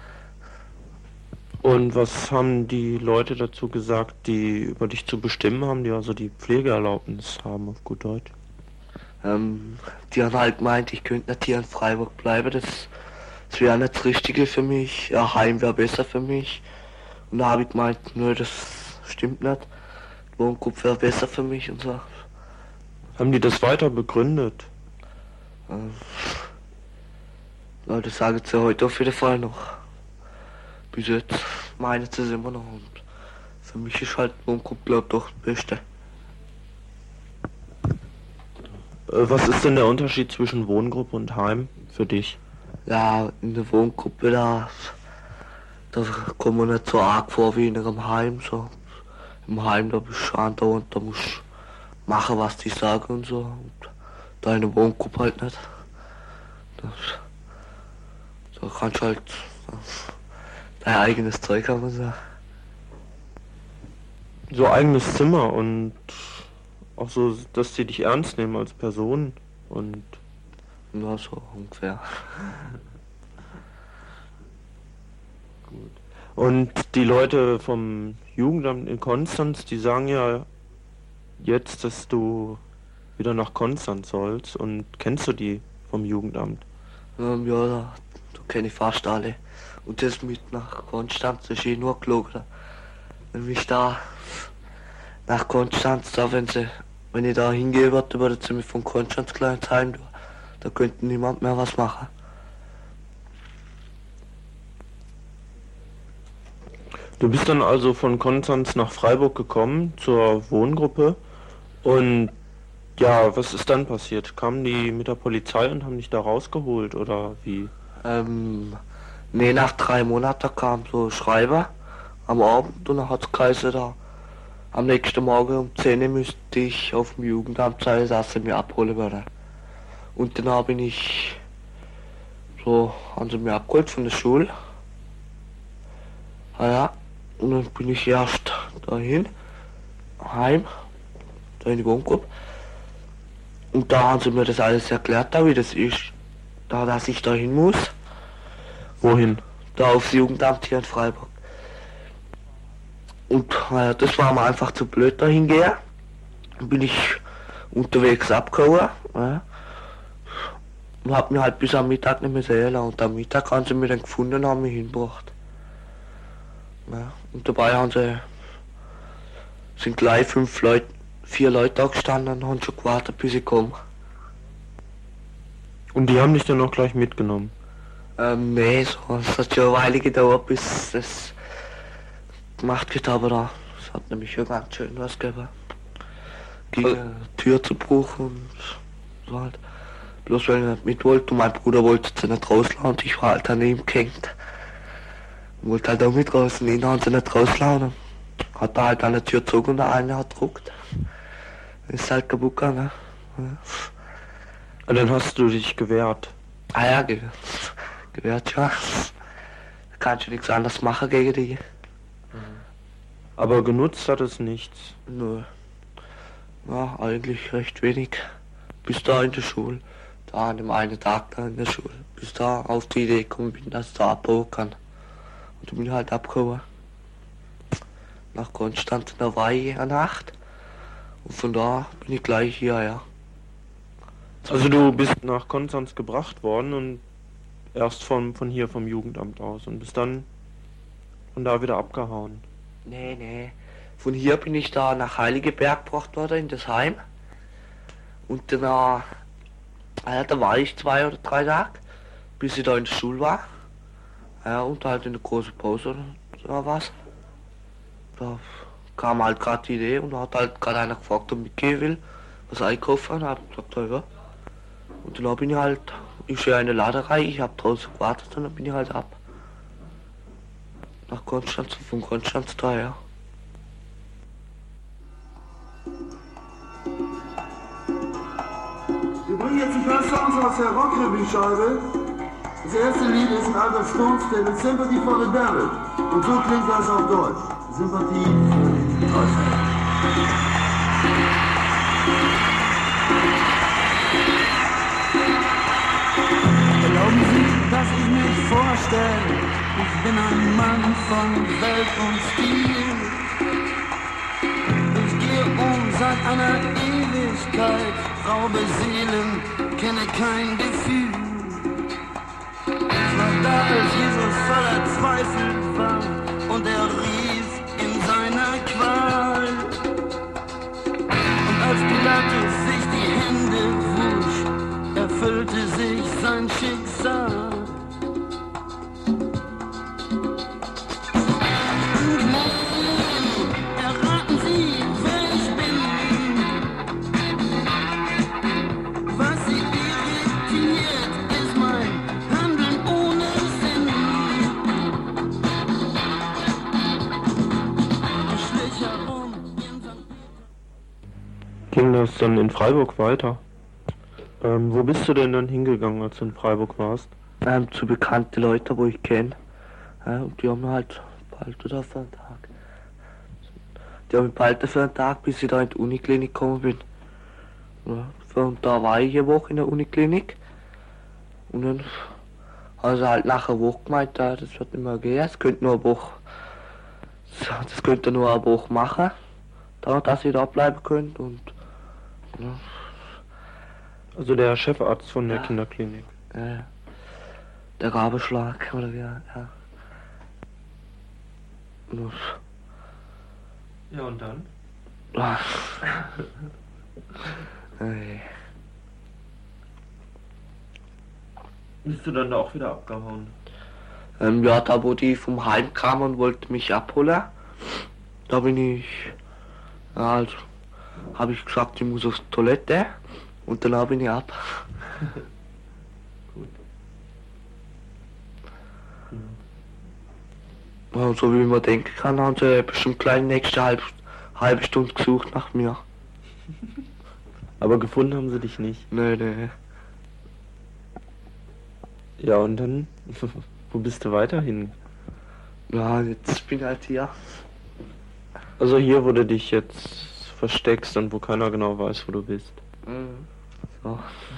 S15: Und was haben die Leute dazu gesagt, die über dich zu bestimmen haben, die also die Pflegeerlaubnis haben, auf gut Deutsch?
S16: Ähm, die haben halt gemeint, ich könnte nicht hier in Freiburg bleiben, das, das wäre nicht das Richtige für mich, ein Heim wäre besser für mich. Und da habe ich gemeint, nö, das stimmt nicht, die Wohngruppe wäre besser für mich und so.
S15: Haben die das weiter begründet?
S16: Ähm, ja, das sagen sie heute auf jeden Fall noch. Bis jetzt meinen sie es immer noch und für mich ist halt die Wohngruppe, glaube ich, doch das Beste.
S15: Was ist denn der Unterschied zwischen Wohngruppe und Heim für dich?
S16: Ja, in der Wohngruppe, da, da kommt man nicht so arg vor wie in einem Heim. So. Im Heim, da bist du andauernd, da musst du machen, was die sagen und so. Und da in der Wohngruppe halt nicht. Das, da kannst du halt dein eigenes Zeug haben. So.
S15: So eigenes Zimmer und auch so, dass die dich ernst nehmen als Person und...
S16: Ja, so ungefähr.
S15: Gut. Und die Leute vom Jugendamt in Konstanz, die sagen ja jetzt, dass du wieder nach Konstanz sollst. Und kennst du die vom Jugendamt?
S16: Ähm, ja, da, da kenne ich fast alle. Und das mit nach Konstanz ist eh nur gelogen. Wenn mich da nach Konstanz, da wenn sie, wenn ich da hingehe würde, würde sie mich von Konstanz gleich ins Heim, da könnte niemand mehr was machen.
S15: Du bist dann also von Konstanz nach Freiburg gekommen, zur Wohngruppe. Und ja, was ist dann passiert? Kamen die mit der Polizei und haben dich da rausgeholt oder wie?
S16: Ähm, nee, nach drei Monaten kam so ein Schreiber am Abend und dann hat es geheißen, da am nächsten Morgen um zehn Uhr müsste ich auf dem Jugendamt sein, dass sie mich abholen würden. Und dann bin ich, so haben sie mich abgeholt von der Schule. Ah ja, und dann bin ich erst dahin, heim, da in die Wohngruppe. Und da haben sie mir das alles erklärt, da wie das ist, da dass ich dahin muss.
S15: Wohin?
S16: Da aufs Jugendamt hier in Freiburg. Und äh, das war mir einfach zu blöd dahin gehen. Dann bin ich unterwegs abgehauen. Äh, und hab mir halt bis am Mittag nicht mehr sehen lassen. Und am Mittag haben sie mich dann gefunden und haben mich hingebracht. Ja, und dabei haben sie, sind gleich fünf Leute, vier Leute da gestanden und haben schon gewartet, bis ich komme.
S15: Und die haben dich dann auch gleich mitgenommen?
S16: Ähm, nee, so, es hat schon eine Weile gedauert, bis das gemacht wird, aber da, es hat nämlich schon ganz schön was gegeben. Gegen also, Tür zu bruchen und so halt. Bloß weil ich nicht mit wollte und mein Bruder wollte sie nicht rauslassen und ich war halt daneben gehängt. Ich wollte halt auch mit raus und ihn haben sie nicht rauslassen. Hat er halt an der Tür gezogen und der eine hat gedruckt. Ist halt kaputt gegangen. Ja.
S15: Und dann hast du dich gewehrt?
S16: Ah ja, ge gewehrt, ja. Da kannst du nichts anderes machen gegen die.
S15: Aber genutzt hat es nichts?
S16: Nö. Ja, eigentlich recht wenig. Bis da in der Schule. Da an dem einen Tag da in der Schule. Bis da auf die Idee gekommen bin, dass ich da abhauen kann. Und dann bin ich halt abgehauen. Nach Konstanz in der Weihe an Nacht. Und von da bin ich gleich hierher.
S15: Also du bist nach Konstanz gebracht worden und erst von, von hier vom Jugendamt aus und bist dann von da wieder abgehauen?
S16: Nee, nee. Von hier bin ich da nach Heiligeberg gebracht worden, in das Heim. Und dann, äh, da war ich zwei oder drei Tage, bis ich da in der Schule war. Ja, und halt in der großen Pause oder was. Da kam halt gerade die Idee und da hat halt gerade einer gefragt, ob ich mitgehen will, was einkaufen. Und hab gesagt, ja. Und dann bin ich halt ist ja eine Laderei, ich habe draußen gewartet und dann bin ich halt ab. Nach Konstanz, von Konstanz daher.
S17: Wir bringen jetzt ein paar Songs aus der Rockrevue-Scheibe. Das erste Lied ist ein alter Stones-Titel, Sympathy for the Devil. Und so klingt das auf Deutsch. Sympathie für die Teufel.
S18: Erlauben Sie, dass ich mich vorstelle, ich bin ein Mann von Welt und Stil. Ich gehe um seit einer Ewigkeit, raube Seelen, kenne kein Gefühl. Ich war da, als Jesus voller Zweifel war und er rief in seiner Qual. Und als Pilatus sich die Hände wusch, erfüllte sich sein Schicksal. Erraten Sie, wer ich bin, was Sie irritiert, ist mein Handeln ohne Sinn. Ich schlich herum in Sankt
S15: Ging das dann in Freiburg weiter? Ähm, wo bist du denn dann hingegangen, als du in Freiburg warst?
S16: Ähm, zu bekannte Leute, wo ich kenne. Ja, und die haben mir halt bald oder für einen Tag. Die haben mich bald für einen Tag, bis ich da in die Uniklinik gekommen bin. Ja, und da war ich eine Woche in der Uniklinik. Und dann haben sie halt nach einer Woche gemeint, ja, das wird nicht mehr gehen, es könnte nur eine Woche, das könnte nur eine Woche machen, da, dass ich da bleiben könnt. Und ja.
S15: Also der Chefarzt von der
S16: Ja.
S15: Kinderklinik.
S16: Ja, der Rabenschlag, oder wie, ja. Und,
S15: Ja, und dann?
S16: ah. Ey.
S15: Bist du dann da auch wieder abgehauen?
S16: Ähm, ja, da wo die vom Heim kamen und wollten mich abholen, da bin ich, ja, also, habe ich gesagt, ich muss aufs Toilette und dann bin ich ab.
S15: Gut.
S16: Ja, und so wie man denken kann, haben sie bestimmt gleich die nächste halbe, halbe Stunde gesucht nach mir.
S15: Aber gefunden haben sie dich nicht?
S16: Nee, nee.
S15: Ja, und dann, wo bist du weiterhin?
S16: Ja, jetzt bin ich halt hier.
S15: Also hier, wo du dich jetzt versteckst und wo keiner genau weiß, wo du bist.
S16: Mhm. So.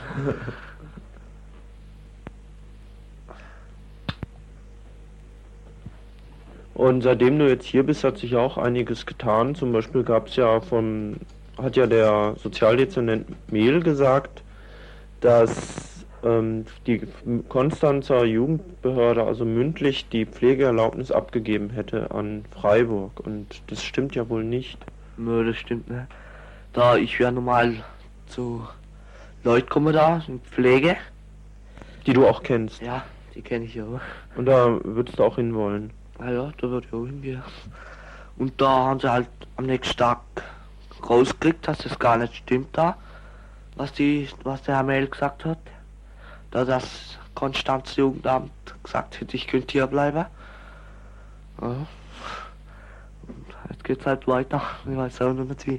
S15: Und seitdem du jetzt hier bist, hat sich auch einiges getan. Zum Beispiel gab es ja von, hat ja der Sozialdezernent Mehl gesagt, dass ähm, die Konstanzer Jugendbehörde also mündlich die Pflegeerlaubnis abgegeben hätte an Freiburg. Und das stimmt ja wohl nicht.
S16: Nö, das stimmt nicht. Da ich ja normal zu Leuten komme da, in Pflege.
S15: Die du auch kennst?
S16: Ja, die kenne ich ja.
S15: Und da würdest du auch hinwollen?
S16: Ah ja, da würde ich auch hingehen. Und da haben sie halt am nächsten Tag rausgekriegt, dass das gar nicht stimmt da, was die, was der Herr Mehl gesagt hat. Da das Konstanzer Jugendamt gesagt hätte, ich könnte hier bleiben. Ja. Und jetzt geht's halt weiter. Ich weiß auch noch nicht wie.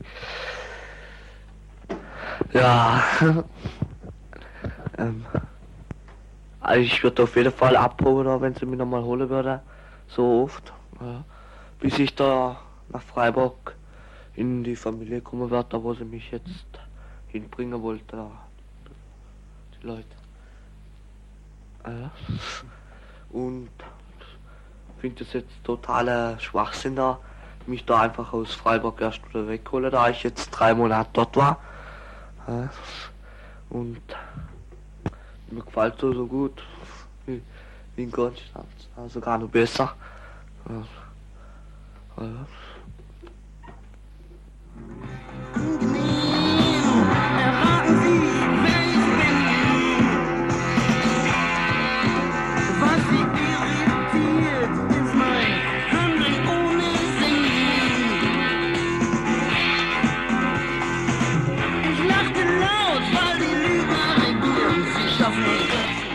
S16: Ja. ähm. Also ich würde auf jeden Fall abholen, wenn sie mich nochmal holen würde. So oft. Ja. Bis ich da nach Freiburg in die Familie kommen werde, da wo sie mich jetzt hinbringen wollte. Da. Die Leute. Ja. Und ich finde das jetzt totaler Schwachsinn da, mich da einfach aus Freiburg erst wieder wegholen, da ich jetzt drei Monate dort war. Ja. Und mir gefällt so so gut wie, wie in Konstanz, also gar noch besser. Ja. Ja.
S18: Erraten Sie, wer ich bin, was Sie irritiert, ist mein Handeln ohne Sinn. Ich lachte laut, weil die Lügner regieren, sie schaffen es.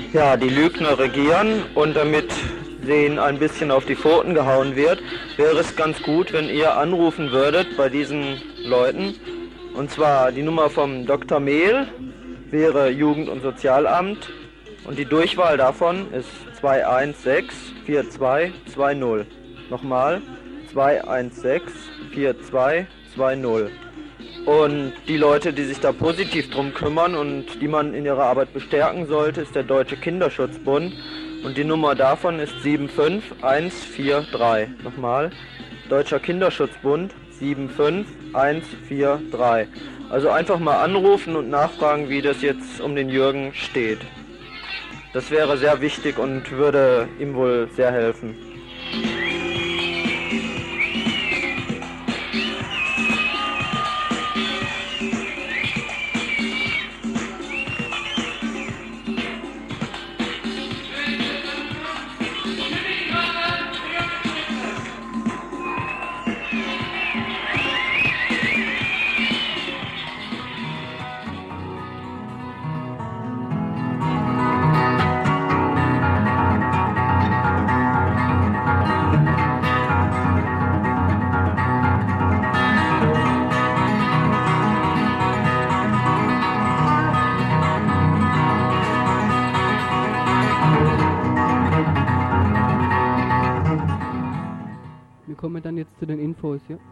S14: ja, die Lügner regieren und damit denen ein bisschen auf die Pfoten gehauen wird, wäre es ganz gut, wenn ihr anrufen würdet bei diesen Leuten. Und zwar die Nummer vom Doktor Mehl wäre Jugend- und Sozialamt und die Durchwahl davon ist zwei eins sechs vier zwei zwei null. Nochmal, zwei eins sechs vier zwei zwei null. Und die Leute, die sich da positiv drum kümmern und die man in ihrer Arbeit bestärken sollte, ist der Deutsche Kinderschutzbund. Und die Nummer davon ist sieben fünf eins vier drei. Nochmal, Deutscher Kinderschutzbund sieben fünf eins vier drei. Also einfach mal anrufen und nachfragen, wie das jetzt um den Jürgen steht. Das wäre sehr wichtig und würde ihm wohl sehr helfen.
S1: Wir kommen dann jetzt zu den Infos, ja?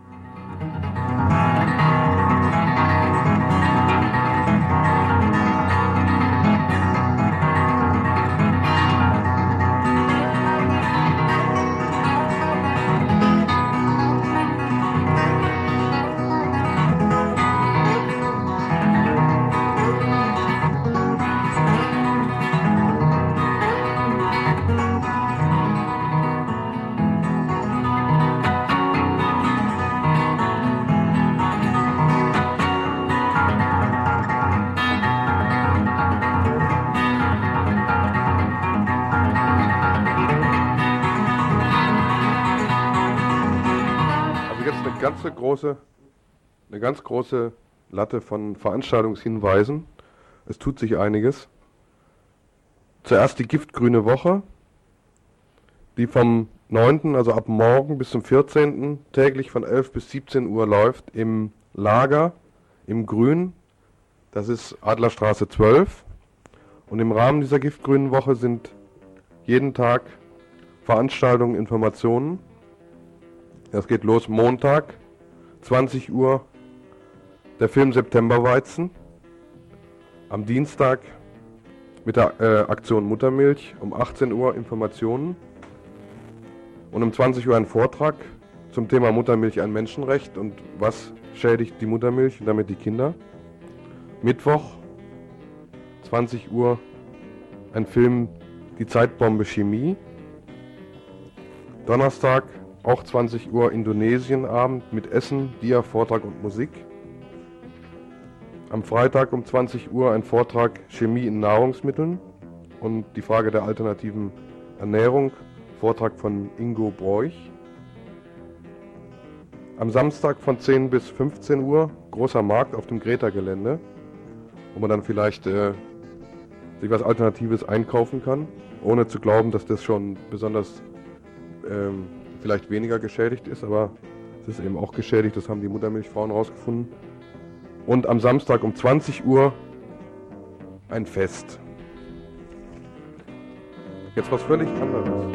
S3: Ganze große, eine ganz große Latte von Veranstaltungshinweisen. Es tut sich einiges. Zuerst die Giftgrüne Woche, die vom neunten, also ab morgen bis zum vierzehnten täglich von elf bis siebzehn Uhr läuft im Lager im Grün. Das ist Adlerstraße zwölf. Und im Rahmen dieser Giftgrünen Woche sind jeden Tag Veranstaltungen, Informationen. Es geht los Montag, zwanzig Uhr, der Film Septemberweizen. Am Dienstag mit der äh, Aktion Muttermilch um achtzehn Uhr Informationen. Und um zwanzig Uhr ein Vortrag zum Thema Muttermilch ein Menschenrecht und was schädigt die Muttermilch und damit die Kinder. Mittwoch, zwanzig Uhr, ein Film Die Zeitbombe Chemie. Donnerstag, auch zwanzig Uhr, Indonesienabend mit Essen, Dia, Vortrag und Musik. Am Freitag um zwanzig Uhr ein Vortrag Chemie in Nahrungsmitteln und die Frage der alternativen Ernährung, Vortrag von Ingo Broich. Am Samstag von zehn bis fünfzehn Uhr großer Markt auf dem Greta-Gelände, wo man dann vielleicht äh, sich was Alternatives einkaufen kann, ohne zu glauben, dass das schon besonders ähm, vielleicht weniger geschädigt ist, aber es ist eben auch geschädigt, das haben die Muttermilchfrauen rausgefunden. Und am Samstag um zwanzig Uhr ein Fest. Jetzt was völlig anderes.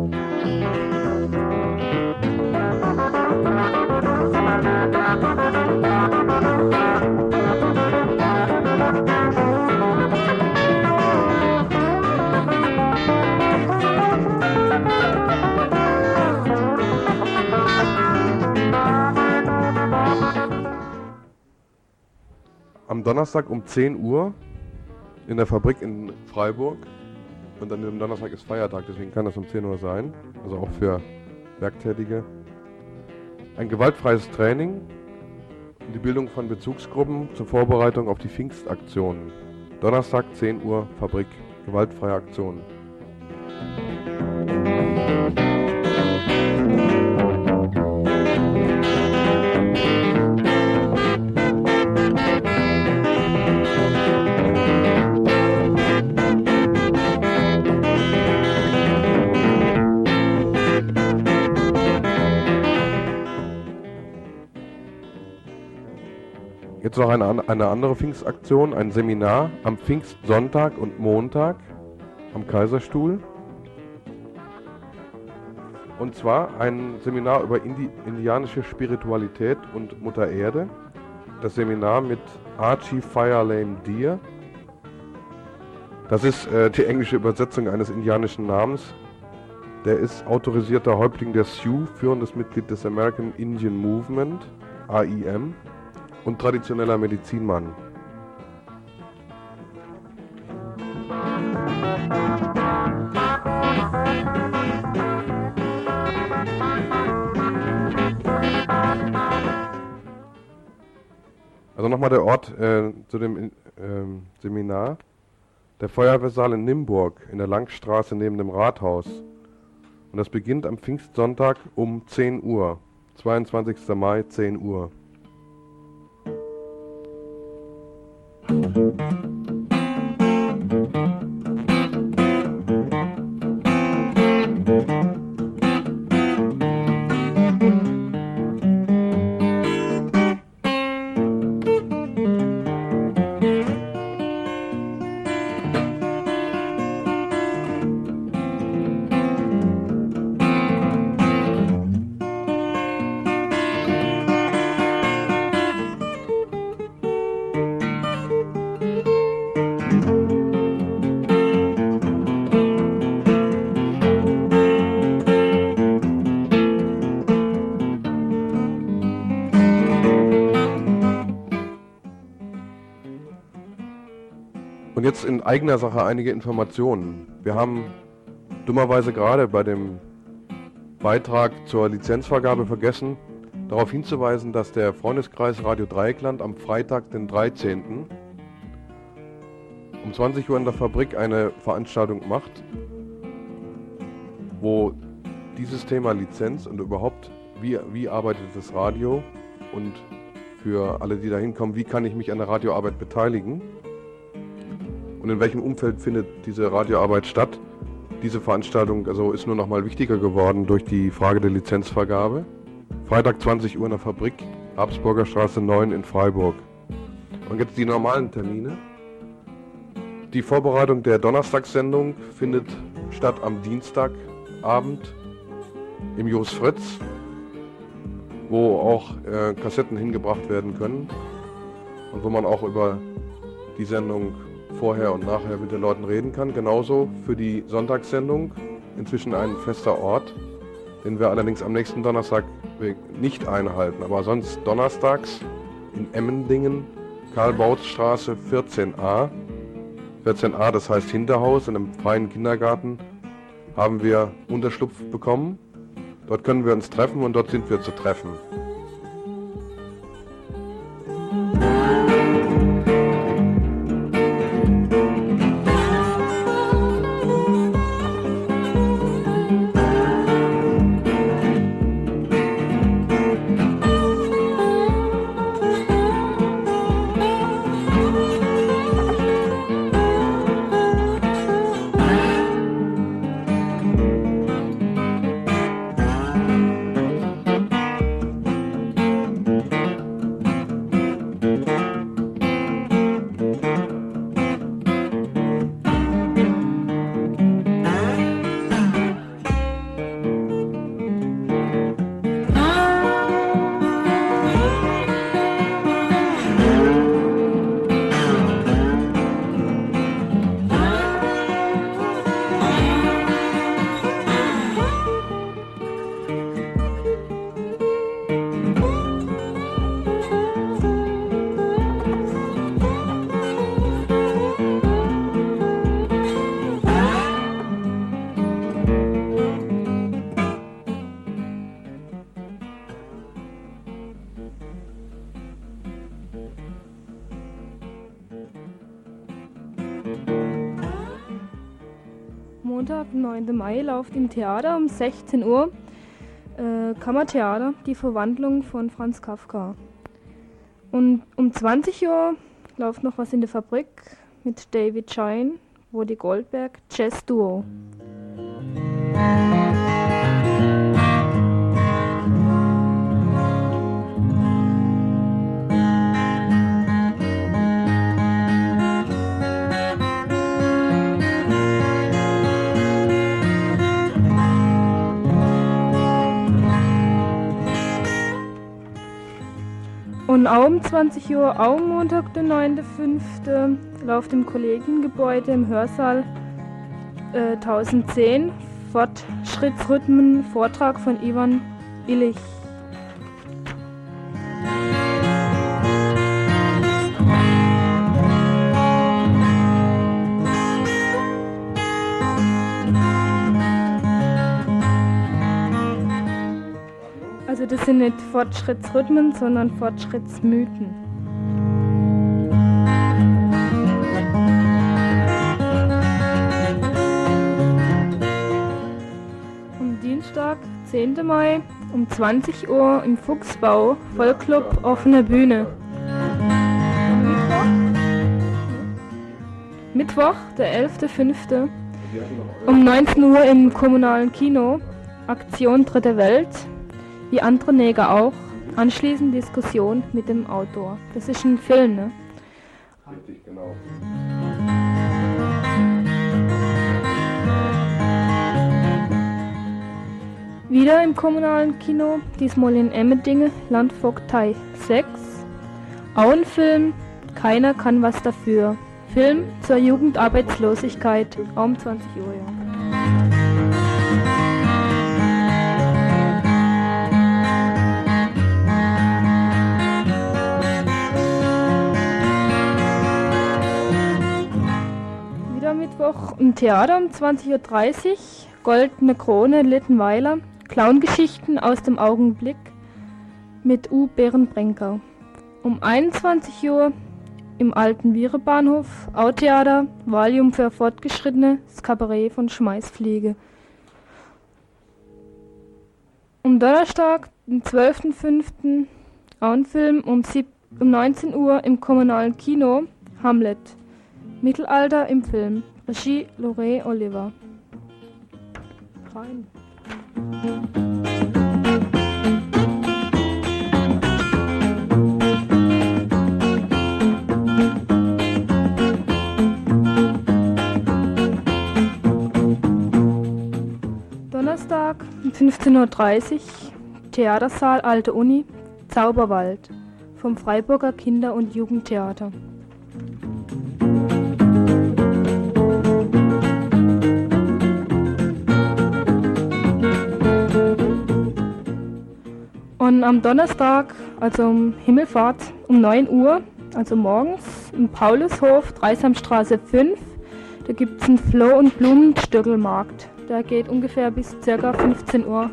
S3: Am Donnerstag um zehn Uhr in der Fabrik in Freiburg. Und dann am Donnerstag ist Feiertag, deswegen kann das um zehn Uhr sein. Also auch für Werktätige. Ein gewaltfreies Training und die Bildung von Bezugsgruppen zur Vorbereitung auf die Pfingstaktionen. Donnerstag zehn Uhr Fabrik, gewaltfreie Aktion. Jetzt noch eine, eine andere Pfingstaktion, ein Seminar am Pfingstsonntag und Montag am Kaiserstuhl. Und zwar ein Seminar über Indi indianische Spiritualität und Mutter Erde. Das Seminar mit Archie Firelame Deer. Das ist äh, die englische Übersetzung eines indianischen Namens. Der ist autorisierter Häuptling der Sioux, führendes Mitglied des American Indian Movement, A I M, und traditioneller Medizinmann. Also nochmal der Ort äh, zu dem äh, Seminar. Der Feuerwehrsaal in Nimburg in der Langstraße neben dem Rathaus. Und das beginnt am Pfingstsonntag um zehn Uhr. zweiundzwanzigster Mai, zehn Uhr. Und jetzt in eigener Sache einige Informationen. Wir haben dummerweise gerade bei dem Beitrag zur Lizenzvergabe vergessen, darauf hinzuweisen, dass der Freundeskreis Radio Dreieckland am Freitag, den dreizehnten um zwanzig Uhr in der Fabrik eine Veranstaltung macht, wo dieses Thema Lizenz und überhaupt, wie, wie arbeitet das Radio und für alle, die da hinkommen, wie kann ich mich an der Radioarbeit beteiligen und in welchem Umfeld findet diese Radioarbeit statt. Diese Veranstaltung also ist nur noch mal wichtiger geworden durch die Frage der Lizenzvergabe. Freitag zwanzig Uhr in der Fabrik, Habsburger Straße neun in Freiburg. Und jetzt die normalen Termine. Die Vorbereitung der Donnerstagssendung findet statt am Dienstagabend im Jos Fritz, wo auch äh, Kassetten hingebracht werden können und wo man auch über die Sendung vorher und nachher mit den Leuten reden kann. Genauso für die Sonntagssendung inzwischen ein fester Ort, den wir allerdings am nächsten Donnerstag nicht einhalten, aber sonst donnerstags in Emmendingen, Karl-Bautz-Straße vierzehn a. vierzehn a, das heißt Hinterhaus, in einem freien Kindergarten, haben wir Unterschlupf bekommen. Dort können wir uns treffen und dort sind wir zu treffen.
S19: Montag, neunten Mai, läuft im Theater um sechzehn Uhr äh, Kammertheater, die Verwandlung von Franz Kafka. Und um zwanzig Uhr läuft noch was in der Fabrik mit David Shine, Woody Goldberg, Jazz Duo. Und auch um zwanzig Uhr, auch Montag, der neunter fünfter läuft im Kollegiengebäude im Hörsaal äh, tausendzehn Fortschrittsrhythmen, Vortrag von Ivan Illich. Also das sind nicht Fortschrittsrhythmen, sondern Fortschrittsmythen. Am Dienstag, zehnten Mai um zwanzig Uhr im Fuchsbau, Vollclub, offene Bühne. Mittwoch, der elfter fünfter um neunzehn Uhr im kommunalen Kino, Aktion Dritte Welt. Wie andere Neger auch, anschließend Diskussion mit dem Autor. Das ist ein Film, ne?
S3: Richtig, genau.
S19: Wieder im kommunalen Kino, diesmal in Emmendingen, Landvogtei sechs. Auch ein Film, Keiner kann was dafür. Film zur Jugendarbeitslosigkeit, auch um zwanzig Uhr, ja. Mittwoch im Theater um zwanzig Uhr dreißig, Goldene Krone, Littenweiler, Clowngeschichten aus dem Augenblick mit U. Berenbrenker. Um einundzwanzig Uhr im alten Vierebahnhof, Autheater, Valium für Fortgeschrittene, das Kabarett von Schmeißfliege. Um Donnerstag, den zwölften fünften Auenfilm um, um neunzehn Uhr im kommunalen Kino, Hamlet. Mittelalter im Film. Regie Lorraine Oliver. Rein. Donnerstag um fünfzehn Uhr dreißig, Theatersaal Alte Uni, Zauberwald vom Freiburger Kinder- und Jugendtheater. Und am Donnerstag, also um Himmelfahrt, um neun Uhr, also morgens, im Paulushof, Dreisamstraße fünf, da gibt es einen Floh- und Blumenstöckelmarkt. Der geht ungefähr bis ca. fünfzehn Uhr.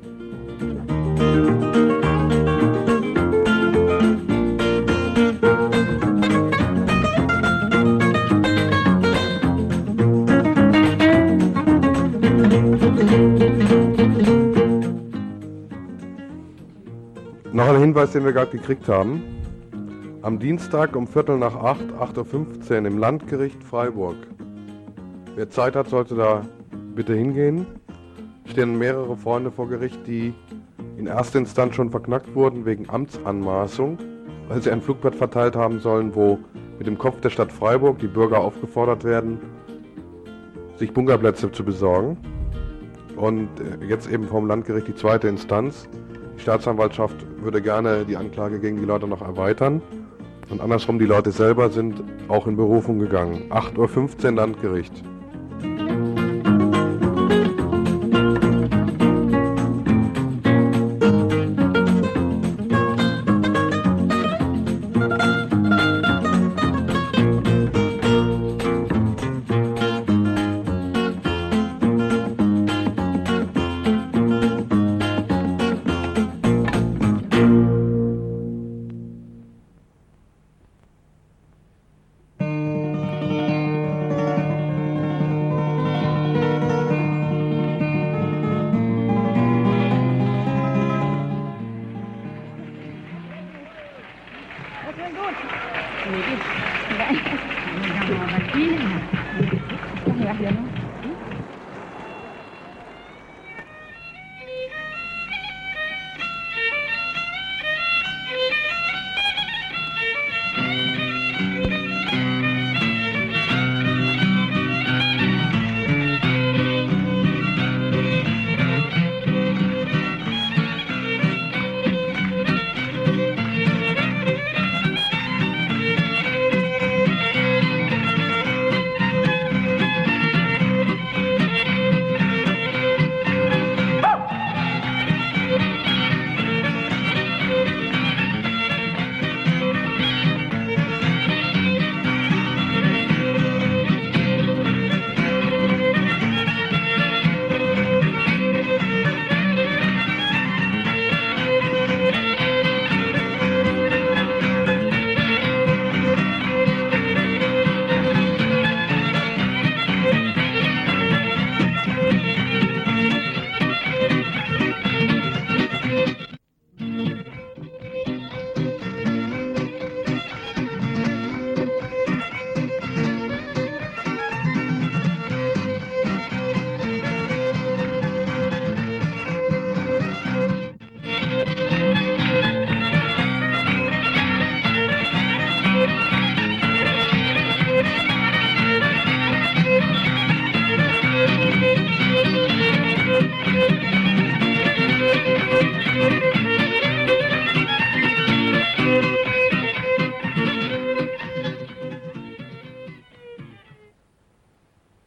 S3: Noch ein Hinweis, den wir gerade gekriegt haben. Am Dienstag um Viertel nach acht, acht Uhr fünfzehn im Landgericht Freiburg. Wer Zeit hat, sollte da bitte hingehen. Stehen mehrere Freunde vor Gericht, die in erster Instanz schon verknackt wurden wegen Amtsanmaßung, weil sie ein Flugblatt verteilt haben sollen, wo mit dem Kopf der Stadt Freiburg die Bürger aufgefordert werden, sich Bunkerplätze zu besorgen. Und jetzt eben vom Landgericht die zweite Instanz. Die Staatsanwaltschaft würde gerne die Anklage gegen die Leute noch erweitern. Und andersrum, die Leute selber sind auch in Berufung gegangen. acht Uhr fünfzehn Landgericht.
S20: Ini kan. Enggak. Enggak mau bagi. Ya, ya.